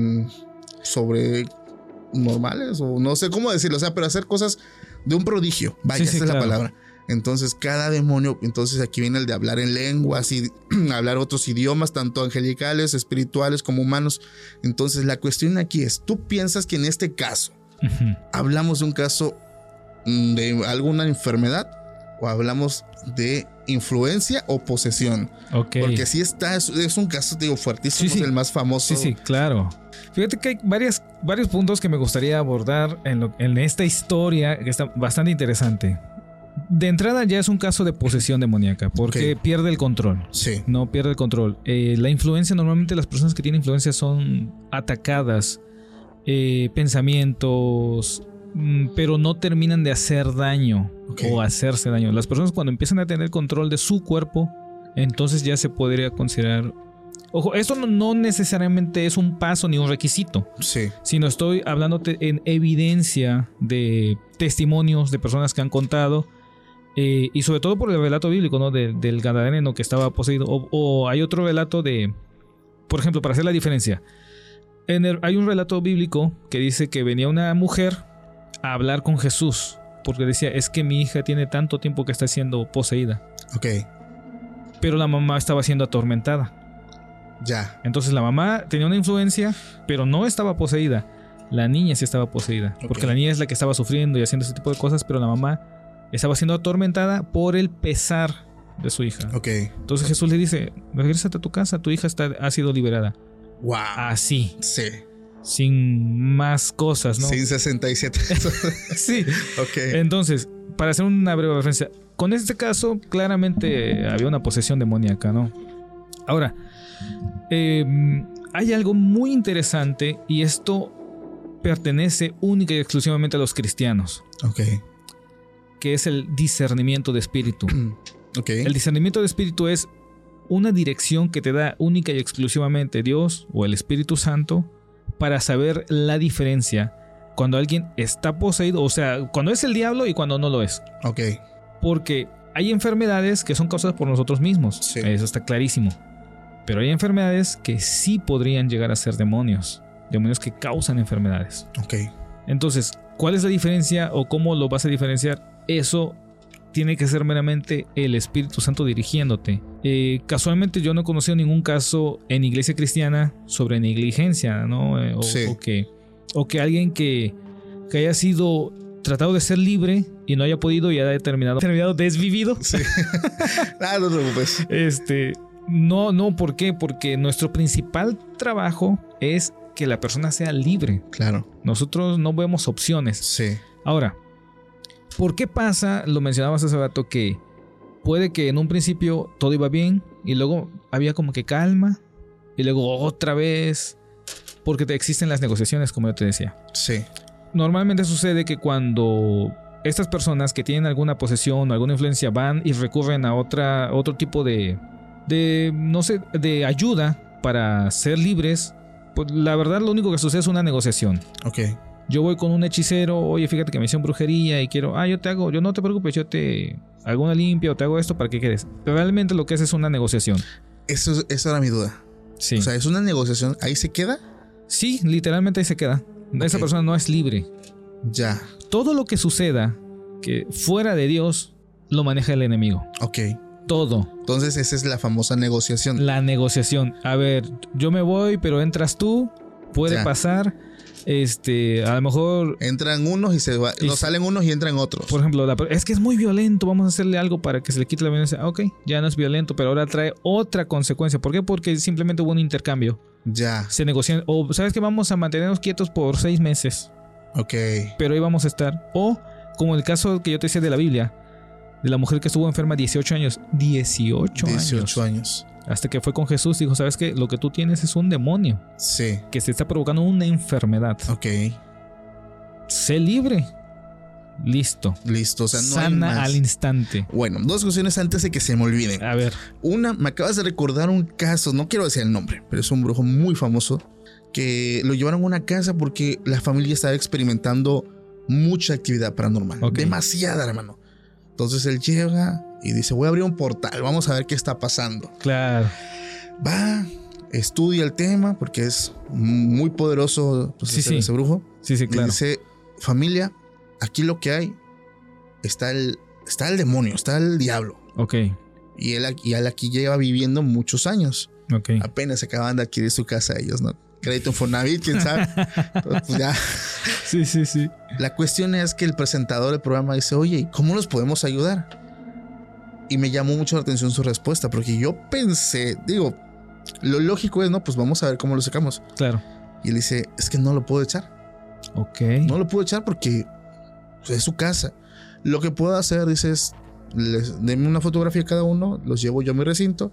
Sobre normales, o no sé cómo decirlo, o sea, pero hacer cosas de un prodigio. Vaya, esa es la palabra. Entonces, cada demonio, entonces aquí viene el de hablar en lenguas y hablar otros idiomas, tanto angelicales, espirituales como humanos. Entonces, la cuestión aquí es: ¿tú piensas que en este caso hablamos de un caso de alguna enfermedad o hablamos de influencia o posesión? Porque si es un caso, digo, fuertísimo, es el más famoso. Sí, claro. Fíjate que hay varios puntos que me gustaría abordar en esta historia, que está bastante interesante. De entrada ya es un caso de posesión demoníaca, porque pierde el control. No pierde el control. La influencia, normalmente las personas que tienen influencia son atacadas, pensamientos, pero no terminan de hacer daño o hacerse daño. Las personas, cuando empiezan a tener control de su cuerpo, entonces ya se podría considerar. Ojo, esto no necesariamente es un paso ni un requisito, sino estoy hablándote en evidencia de testimonios de personas que han contado. Y sobre todo por el relato bíblico, ¿no? Del gadareno que estaba poseído. O hay otro relato de, por ejemplo, para hacer la diferencia, hay un relato bíblico que dice que venía una mujer a hablar con Jesús, porque decía: es que mi hija tiene tanto tiempo que está siendo poseída. Pero la mamá estaba siendo atormentada. Entonces la mamá tenía una influencia, pero no estaba poseída. La niña sí estaba poseída, porque la niña es la que estaba sufriendo y haciendo ese tipo de cosas, pero la mamá estaba siendo atormentada por el pesar de su hija. Entonces Jesús le dice: regrésate a tu casa, tu hija ha sido liberada. Así. Sin más cosas, ¿no? Sin 67. Entonces, para hacer una breve referencia, con este caso claramente había una posesión demoníaca, ¿no? Ahora, hay algo muy interesante, y esto pertenece única y exclusivamente a los cristianos. que es el discernimiento de espíritu. Ok. El discernimiento de espíritu es una dirección que te da única y exclusivamente Dios o el Espíritu Santo para saber la diferencia cuando alguien está poseído, o sea, cuando es el diablo y cuando no lo es. Ok. Porque hay enfermedades que son causadas por nosotros mismos. Sí. Eso está clarísimo. Pero hay enfermedades que sí podrían llegar a ser demonios. Demonios que causan enfermedades. Ok. Entonces, ¿cuál es la diferencia o cómo lo vas a diferenciar? Eso tiene que ser meramente el Espíritu Santo dirigiéndote. Casualmente yo no he conocido ningún caso en iglesia cristiana sobre negligencia, ¿no? Sí. O que alguien que haya sido tratado de ser libre y no haya podido y haya terminado desvivido. Sí. No te preocupes. No, ¿por qué? Porque nuestro principal trabajo es que la persona sea libre. Claro. Nosotros no vemos opciones. Sí. Ahora, ¿por qué pasa? Lo mencionabas hace rato que puede que en un principio todo iba bien y luego había como que calma y luego otra vez, porque existen las negociaciones, como yo te decía. Sí. Normalmente sucede que cuando estas personas que tienen alguna posesión o alguna influencia van y recurren a otro tipo de ayuda para ser libres, pues la verdad lo único que sucede es una negociación. Ok. Yo voy con un hechicero, oye, fíjate que me hicieron brujería y quiero, yo no te preocupes, yo te hago una limpia o te hago esto para que quedes. Realmente lo que es una negociación. Esa era mi duda. Sí. O sea, es una negociación. ¿Ahí se queda? Sí, literalmente ahí se queda. Esa persona no es libre. Ya. Todo lo que suceda que fuera de Dios lo maneja el enemigo. Ok. Todo. Entonces esa es la famosa negociación. La negociación. A ver, yo me voy, pero entras tú. Puede pasar. A lo mejor entran unos y se va, no salen unos y entran otros. Por ejemplo, es que es muy violento, vamos a hacerle algo para que se le quite la violencia. Ok, ya no es violento, pero ahora trae otra consecuencia. ¿Por qué? Porque simplemente hubo un intercambio. Ya. Se negocian. O sabes que vamos a mantenernos quietos por 6 meses. Ok. Pero ahí vamos a estar. O como el caso que yo te decía de la Biblia, de la mujer que estuvo enferma 18 años. 18 años. Hasta que fue con Jesús y dijo, ¿sabes qué? Lo que tú tienes es un demonio. Sí. Que se está provocando una enfermedad. Ok. Sé libre. Listo. O sea, no sana hay más. al instante. Bueno, 2 cuestiones antes de que se me olviden. A ver. Una, me acabas de recordar un caso, no quiero decir el nombre, pero es un brujo muy famoso que lo llevaron a una casa porque la familia estaba experimentando mucha actividad paranormal. Okay. Demasiada, hermano. Entonces él llega y dice, voy a abrir un portal, vamos a ver qué está pasando. Claro. Va, estudia el tema porque es muy poderoso pues, ese brujo. Sí, claro. Y dice, familia, aquí lo que hay está el demonio, está el diablo. Ok. Y él aquí lleva viviendo muchos años. Ok. Apenas acaban de adquirir su casa ellos, ¿no? Crédito Infonavit, quién sabe. Entonces, pues ya. Sí. La cuestión es que el presentador del programa dice, oye, ¿cómo nos podemos ayudar? Y me llamó mucho la atención su respuesta, porque yo pensé, digo, lo lógico es, no, pues vamos a ver cómo lo sacamos. Claro. Y él dice, es que no lo puedo echar. Ok. No lo puedo echar porque pues, es su casa. Lo que puedo hacer, dice, es, denme una fotografía a cada uno, los llevo yo a mi recinto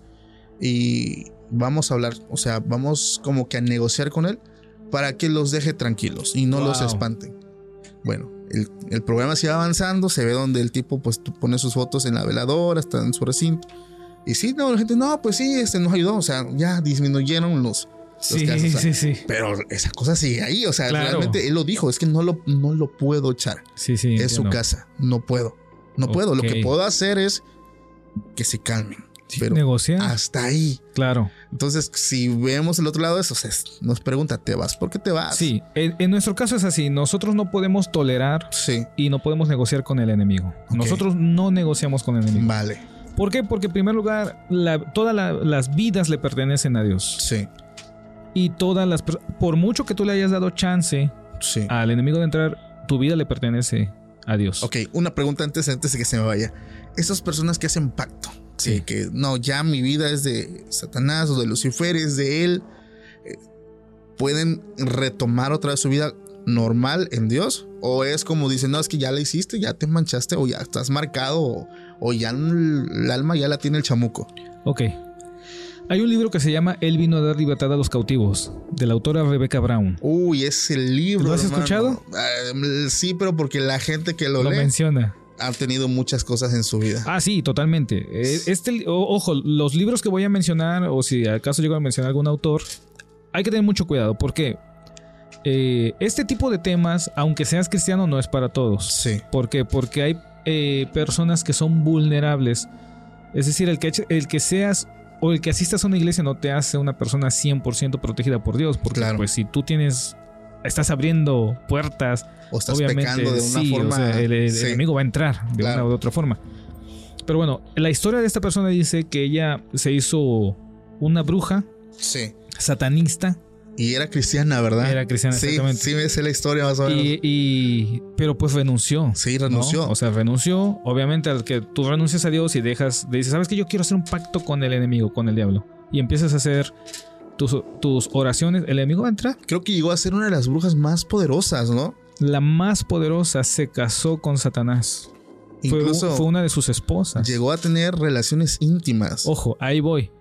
y vamos a hablar, o sea, vamos como que a negociar con él para que los deje tranquilos y no los espanten. Bueno, el programa sigue avanzando, se ve donde el tipo pues pone sus fotos en la veladora, está en su recinto. Y sí, no, la gente, no, pues sí, nos ayudó, o sea, ya disminuyeron los casos. Sí. Pero esa cosa sigue ahí, o sea, claro. Realmente él lo dijo, es que no lo puedo echar. Sí. Es su casa, no puedo. No puedo, lo que puedo hacer es que se calmen. Pero negociar. Hasta ahí. Claro. Entonces, si vemos el otro lado de eso, nos pregunta, ¿te vas? ¿Por qué te vas? Sí, en nuestro caso es así. Nosotros no podemos tolerar y no podemos negociar con el enemigo. Okay. Nosotros no negociamos con el enemigo. Vale. ¿Por qué? Porque en primer lugar, todas las vidas le pertenecen a Dios. Sí. Y por mucho que tú le hayas dado chance al enemigo de entrar, tu vida le pertenece a Dios. Ok, una pregunta antes de que se me vaya. Esas personas que hacen pacto. Sí, que no, ya mi vida es de Satanás o de Lucifer, es de él. ¿Pueden retomar otra vez su vida normal en Dios? ¿O es como dicen, no, es que ya la hiciste, ya te manchaste o ya estás marcado o ya el alma ya la tiene el chamuco? Ok. Hay un libro que se llama Él vino a dar libertad a los cautivos, de la autora Rebecca Brown. Uy, ese libro. ¿Lo has hermano. escuchado? Sí, pero porque la gente que lo lee menciona. ha tenido muchas cosas en su vida. Ah, sí, totalmente. Ojo, los libros que voy a mencionar, o si acaso llego a mencionar algún autor, hay que tener mucho cuidado, porque este tipo de temas, aunque seas cristiano, no es para todos. Sí. ¿Por qué? Porque hay personas que son vulnerables. Es decir, el que seas o el que asistas a una iglesia no te hace una persona 100% protegida por Dios. Porque claro, pues si tú estás abriendo puertas, o estás obviamente pecando de una forma, o sea, el sí, enemigo va a entrar de claro, una u otra forma. Pero bueno, la historia de esta persona dice que ella se hizo una bruja, sí, satanista. Y era cristiana, ¿verdad? Era cristiana, sí, exactamente. Sí, me sé la historia más o menos. Pero pues renunció. Sí, renunció. ¿No? O sea, renunció. Obviamente, al que tú renuncias a Dios y dices, ¿sabes qué? Yo quiero hacer un pacto con el enemigo, con el diablo. Y empiezas a hacer tus oraciones, el enemigo va a entrar. Creo que llegó a ser una de las brujas más poderosas, ¿no? La más poderosa se casó con Satanás. Incluso fue una de sus esposas. Llegó a tener relaciones íntimas. Ojo, ahí voy.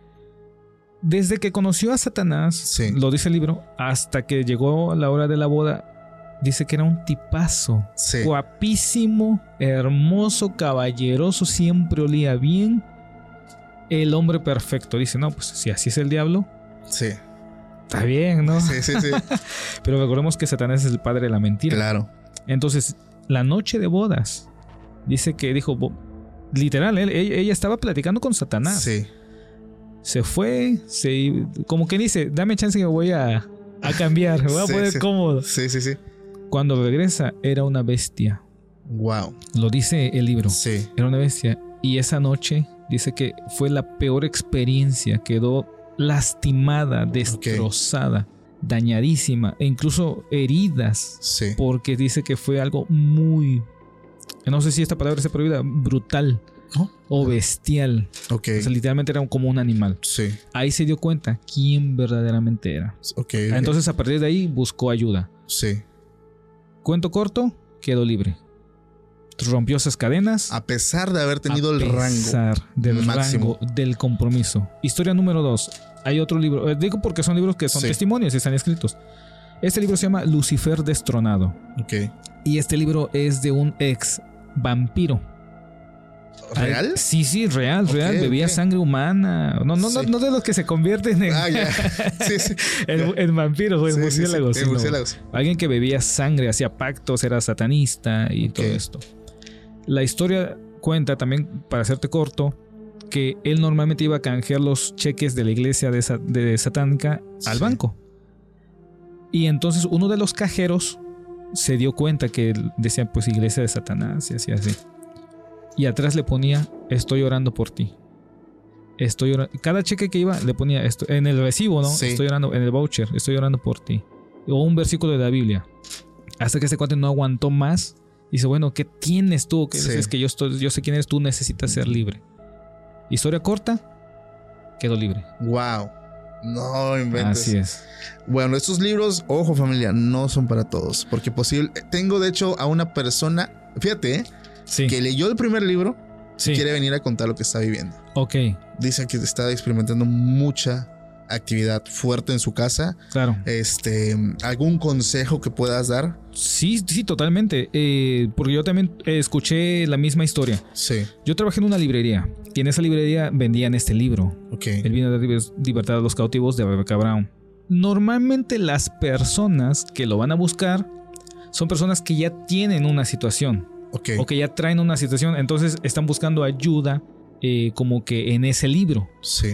Desde que conoció a Satanás, sí, lo dice el libro, hasta que llegó la hora de la boda, dice que era un tipazo. Sí. Guapísimo, hermoso, caballeroso, siempre olía bien. El hombre perfecto. Dice, no, pues si así es el diablo, sí, está bien, ¿no? Sí, sí, sí. Pero recordemos que Satanás es el padre de la mentira. Claro. Entonces, la noche de bodas, dice que dijo, literal, ella estaba platicando con Satanás. Sí. Se fue, como que dice, dame chance que me voy a cambiar, me voy a poner cómodo. Sí, sí, sí. Cuando regresa, era una bestia. Wow. Lo dice el libro. Sí. Era una bestia. Y esa noche dice que fue la peor experiencia. Quedó lastimada, destrozada, dañadísima e incluso heridas. Sí. Porque dice que fue algo muy, no sé si esta palabra se prohibida, brutal. ¿Oh? O bestial. Okay. O sea, literalmente era como un animal. Sí. Ahí se dio cuenta quién verdaderamente era. Okay. Entonces a partir de ahí buscó ayuda. Sí. Cuento corto, quedó libre. Rompió esas cadenas. A pesar de haber tenido el rango. A pesar del máximo. rango del compromiso. Historia número 2. Hay otro libro. Digo porque son libros que son testimonios y están escritos. Este libro se llama Lucifer Destronado. Ok. Y este libro es de un ex vampiro. ¿Real? Sí, real. Bebía sangre humana. No de los que se convierten en, Sí. en vampiros o en murciélagos. En murciélagos. Alguien que bebía sangre, hacía pactos, era satanista y todo esto. La historia cuenta también, para hacerte corto, que él normalmente iba a canjear los cheques de la iglesia de satánica al banco. Y entonces uno de los cajeros se dio cuenta que decía, pues, iglesia de Satanás, y hacía así. Y atrás le ponía, estoy orando por ti. Cada cheque que iba le ponía esto en el recibo, ¿no? Sí. Estoy orando, en el voucher, estoy orando por ti. O un versículo de la Biblia. Hasta que este cuate no aguantó más. Y dice, bueno, ¿qué tienes tú? ¿Qué dices? Que yo sé quién eres, tú necesitas ser libre. Historia corta, quedó libre. Wow. No inventes. Así es. Bueno, estos libros, ojo familia, no son para todos. Porque tengo de hecho a una persona, fíjate, que leyó el primer libro y quiere venir a contar lo que está viviendo. Ok. Dice que está experimentando mucha actividad fuerte en su casa. Claro. ¿Algún consejo que puedas dar? Sí, totalmente. Porque yo también escuché la misma historia. Sí. Yo trabajé en una librería y en esa librería vendían este libro. Ok. El vino de libertad a los cautivos de Rebecca Brown. Normalmente las personas que lo van a buscar son personas que ya tienen una situación. Okay. O que ya traen una situación, entonces están buscando ayuda como que en ese libro. Sí.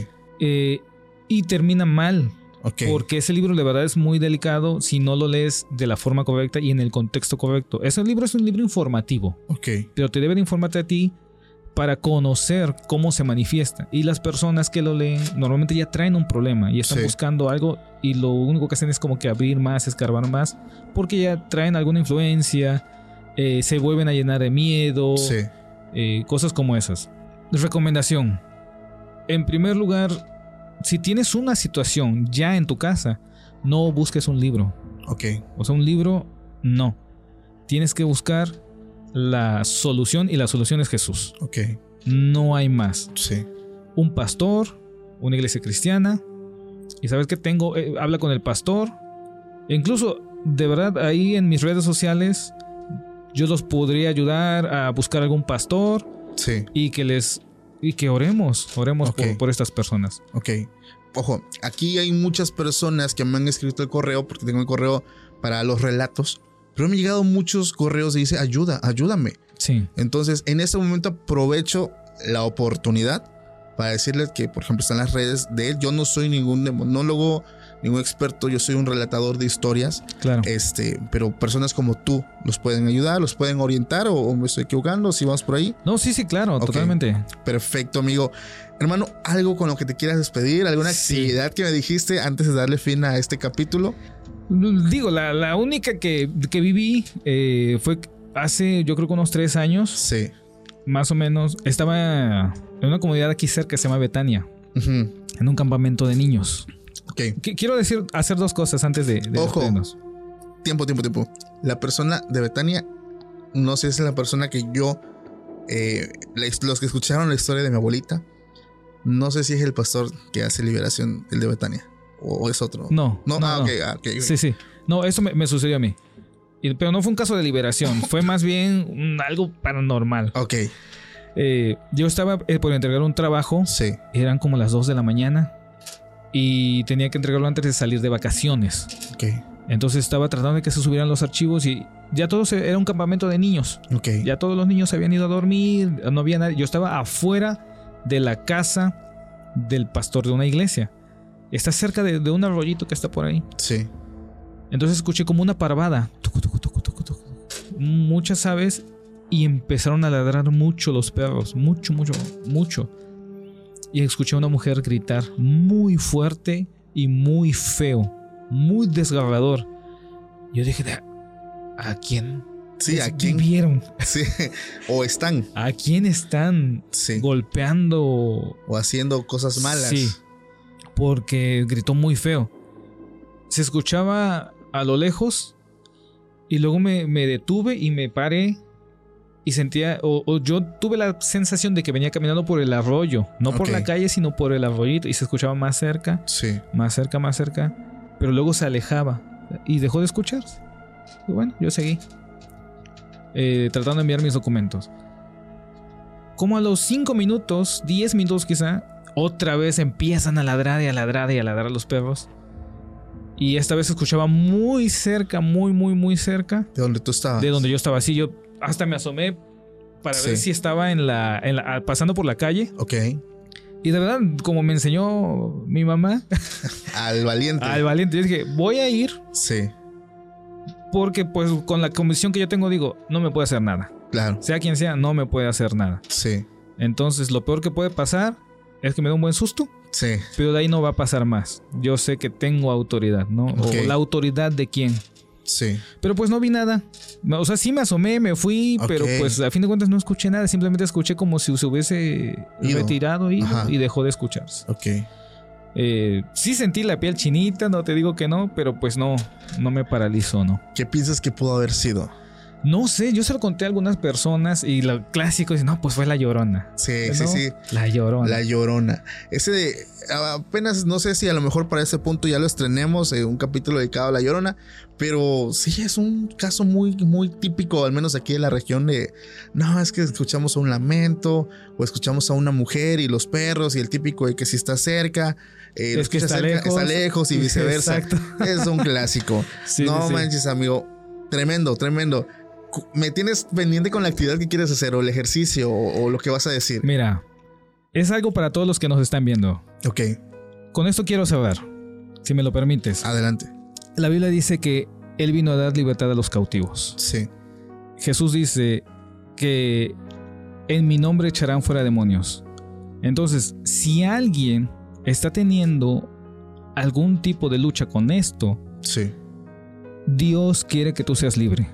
Y termina mal. Okay. Porque ese libro de verdad es muy delicado si no lo lees de la forma correcta y en el contexto correcto. Ese libro es un libro informativo. Okay. Pero te debe de informarte a ti para conocer cómo se manifiesta. Y las personas que lo leen normalmente ya traen un problema y están buscando algo y lo único que hacen es como que abrir más, escarbar más, porque ya traen alguna influencia. Se vuelven a llenar de miedo, cosas como esas. Recomendación: en primer lugar, si tienes una situación ya en tu casa, no busques un libro. O sea, un libro, no. Tienes que buscar la solución y la solución es Jesús. No hay más. Un pastor, una iglesia cristiana, y sabes que habla con el pastor. E incluso, de verdad, ahí en mis redes sociales yo los podría ayudar a buscar algún pastor y que oremos por estas personas. Ok. Ojo, aquí hay muchas personas que me han escrito el correo, porque tengo el correo para los relatos, pero me han llegado muchos correos y dice ayúdame. Sí. Entonces, en este momento aprovecho la oportunidad para decirles que, por ejemplo, están las redes de él. Yo no soy ningún demonólogo, ningún experto, yo soy un relatador de historias. Claro. Pero personas como tú los pueden ayudar, los pueden orientar, o me estoy equivocando, si vamos por ahí. No, sí, claro, okay. Totalmente. Perfecto, amigo. Hermano, ¿algo con lo que te quieras despedir? ¿Alguna actividad que me dijiste antes de darle fin a este capítulo? Digo, la única que viví fue hace, yo creo que unos 3 años. Sí. Más o menos. Estaba en una comunidad aquí cerca que se llama Betania. En un campamento de niños. Okay. Quiero hacer 2 cosas antes de Ojo. despedirnos. Tiempo. La persona de Betania, no sé si es la persona que yo... los que escucharon la historia de mi abuelita, no sé si es el pastor que hace liberación, el de Betania, o es otro. No. Okay. Sí. No, eso me sucedió a mí. Pero no fue un caso de liberación, fue más bien algo paranormal. Ok. Yo estaba por entregar un trabajo. Sí. Eran como las 2 de la mañana y tenía que entregarlo antes de salir de vacaciones. Ok. Entonces estaba tratando de que se subieran los archivos y ya todos era un campamento de niños. Ok. Ya todos los niños se habían ido a dormir, no había nadie. Yo estaba afuera de la casa del pastor de una iglesia. Está cerca de un arroyito que está por ahí. Sí. Entonces escuché como una parvada. Muchas aves y empezaron a ladrar mucho los perros. Mucho. Y escuché a una mujer gritar muy fuerte y muy feo. Muy desgarrador. Yo dije, ¿a quién? Sí, ¿a quién vivieron? Sí. O están. ¿A quién están golpeando? O haciendo cosas malas. Sí. Porque gritó muy feo. Se escuchaba a lo lejos y luego me detuve y me paré y sentía, o yo tuve la sensación de que venía caminando por el arroyo, no por la calle, sino por el arroyito, y se escuchaba más cerca, más cerca, pero luego se alejaba y dejó de escucharse. Y bueno, yo seguí tratando de enviar mis documentos. Como a los 5 minutos, 10 minutos quizá, otra vez empiezan a ladrar a los perros. Y esta vez se escuchaba muy cerca, muy cerca. ¿De donde tú estabas? De donde yo estaba. Sí, yo hasta me asomé para ver si estaba pasando por la calle. Ok. Y de verdad, como me enseñó mi mamá. Al valiente. Yo dije, voy a ir. Sí. Porque pues con la convicción que yo tengo, digo, no me puede hacer nada. Claro. Sea quien sea, no me puede hacer nada. Sí. Entonces, lo peor que puede pasar es que me dé un buen susto. Sí. Pero de ahí no va a pasar más. Yo sé que tengo autoridad, ¿no? Okay. O la autoridad de quién. Sí. Pero pues no vi nada. O sea, sí me asomé, me fui, pero pues a fin de cuentas no escuché nada. Simplemente escuché como si se hubiese retirado y dejó de escucharse. Ok. Sí sentí la piel chinita, no te digo que no, pero pues no me paralizó, ¿no? ¿Qué piensas que pudo haber sido? No sé, yo se lo conté a algunas personas y lo clásico es, no, pues fue la Llorona. Sí. La Llorona. Ese de, apenas no sé si a lo mejor para ese punto ya lo estrenemos, un capítulo dedicado a la Llorona, pero sí es un caso muy, muy típico, al menos aquí en la región de, no, es que escuchamos un lamento o escuchamos a una mujer y los perros y el típico de que si está cerca, es que está lejos y viceversa. Exacto. Es un clásico. Manches, amigo, tremendo. Me tienes pendiente con la actividad que quieres hacer o el ejercicio o lo que vas a decir. Mira, es algo para todos los que nos están viendo. Ok. Con esto quiero saber, si me lo permites. Adelante. La Biblia dice que Él vino a dar libertad a los cautivos. Sí. Jesús dice que en mi nombre echarán fuera demonios. Entonces, si alguien está teniendo algún tipo de lucha con esto, Dios quiere que tú seas libre.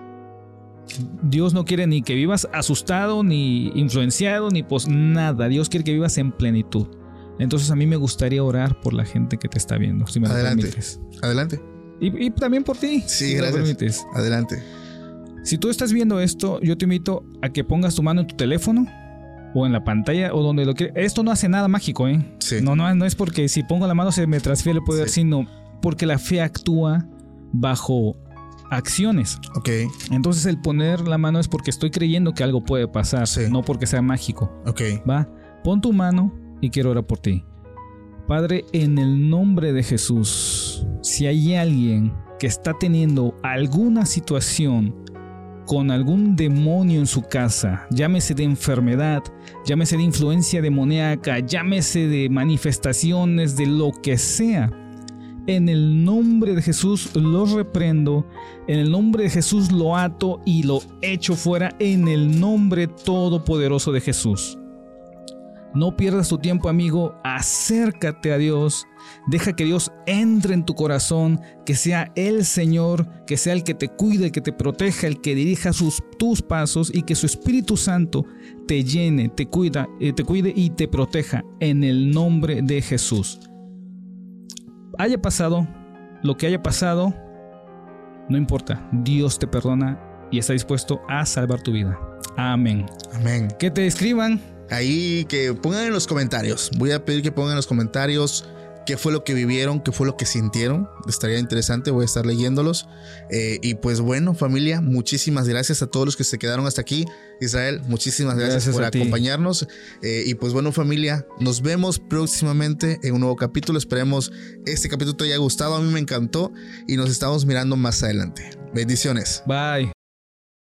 Dios no quiere ni que vivas asustado, ni influenciado, ni nada. Dios quiere que vivas en plenitud. Entonces a mí me gustaría orar por la gente que te está viendo, si me lo permites. Adelante. Y también por ti. Sí, si gracias. Me lo permites. Adelante. Si tú estás viendo esto, yo te invito a que pongas tu mano en tu teléfono o en la pantalla o donde lo quieras. Esto no hace nada mágico, ¿eh? Sí. No es porque si pongo la mano se me transfiere el poder, sino porque la fe actúa bajo acciones. Ok. Entonces el poner la mano es porque estoy creyendo que algo puede pasar, Sí. no porque sea mágico. Ok. Va, pon tu mano y quiero orar por ti. Padre, en el nombre de Jesús, si hay alguien que está teniendo alguna situación con algún demonio en su casa, llámese de enfermedad, llámese de influencia demoníaca, llámese de manifestaciones, de lo que sea, en el nombre de Jesús lo reprendo, en el nombre de Jesús lo ato y lo echo fuera, en el nombre todopoderoso de Jesús. No pierdas tu tiempo, amigo, acércate a Dios, deja que Dios entre en tu corazón, que sea el Señor, que sea el que te cuide, el que te proteja, el que dirija tus pasos y que su Espíritu Santo te llene, te cuide y te proteja en el nombre de Jesús. Haya pasado lo que haya pasado, no importa, Dios te perdona y está dispuesto a salvar tu vida. Amén. Amén. Que te escriban. Ahí que pongan en los comentarios. Voy a pedir que pongan en los comentarios qué fue lo que vivieron, qué fue lo que sintieron. Estaría interesante, voy a estar leyéndolos. Y pues bueno, familia, muchísimas gracias a todos los que se quedaron hasta aquí. Israel, muchísimas gracias por acompañarnos. Y pues bueno, familia, nos vemos próximamente en un nuevo capítulo. Esperemos este capítulo te haya gustado, a mí me encantó y nos estamos mirando más adelante. Bendiciones. Bye.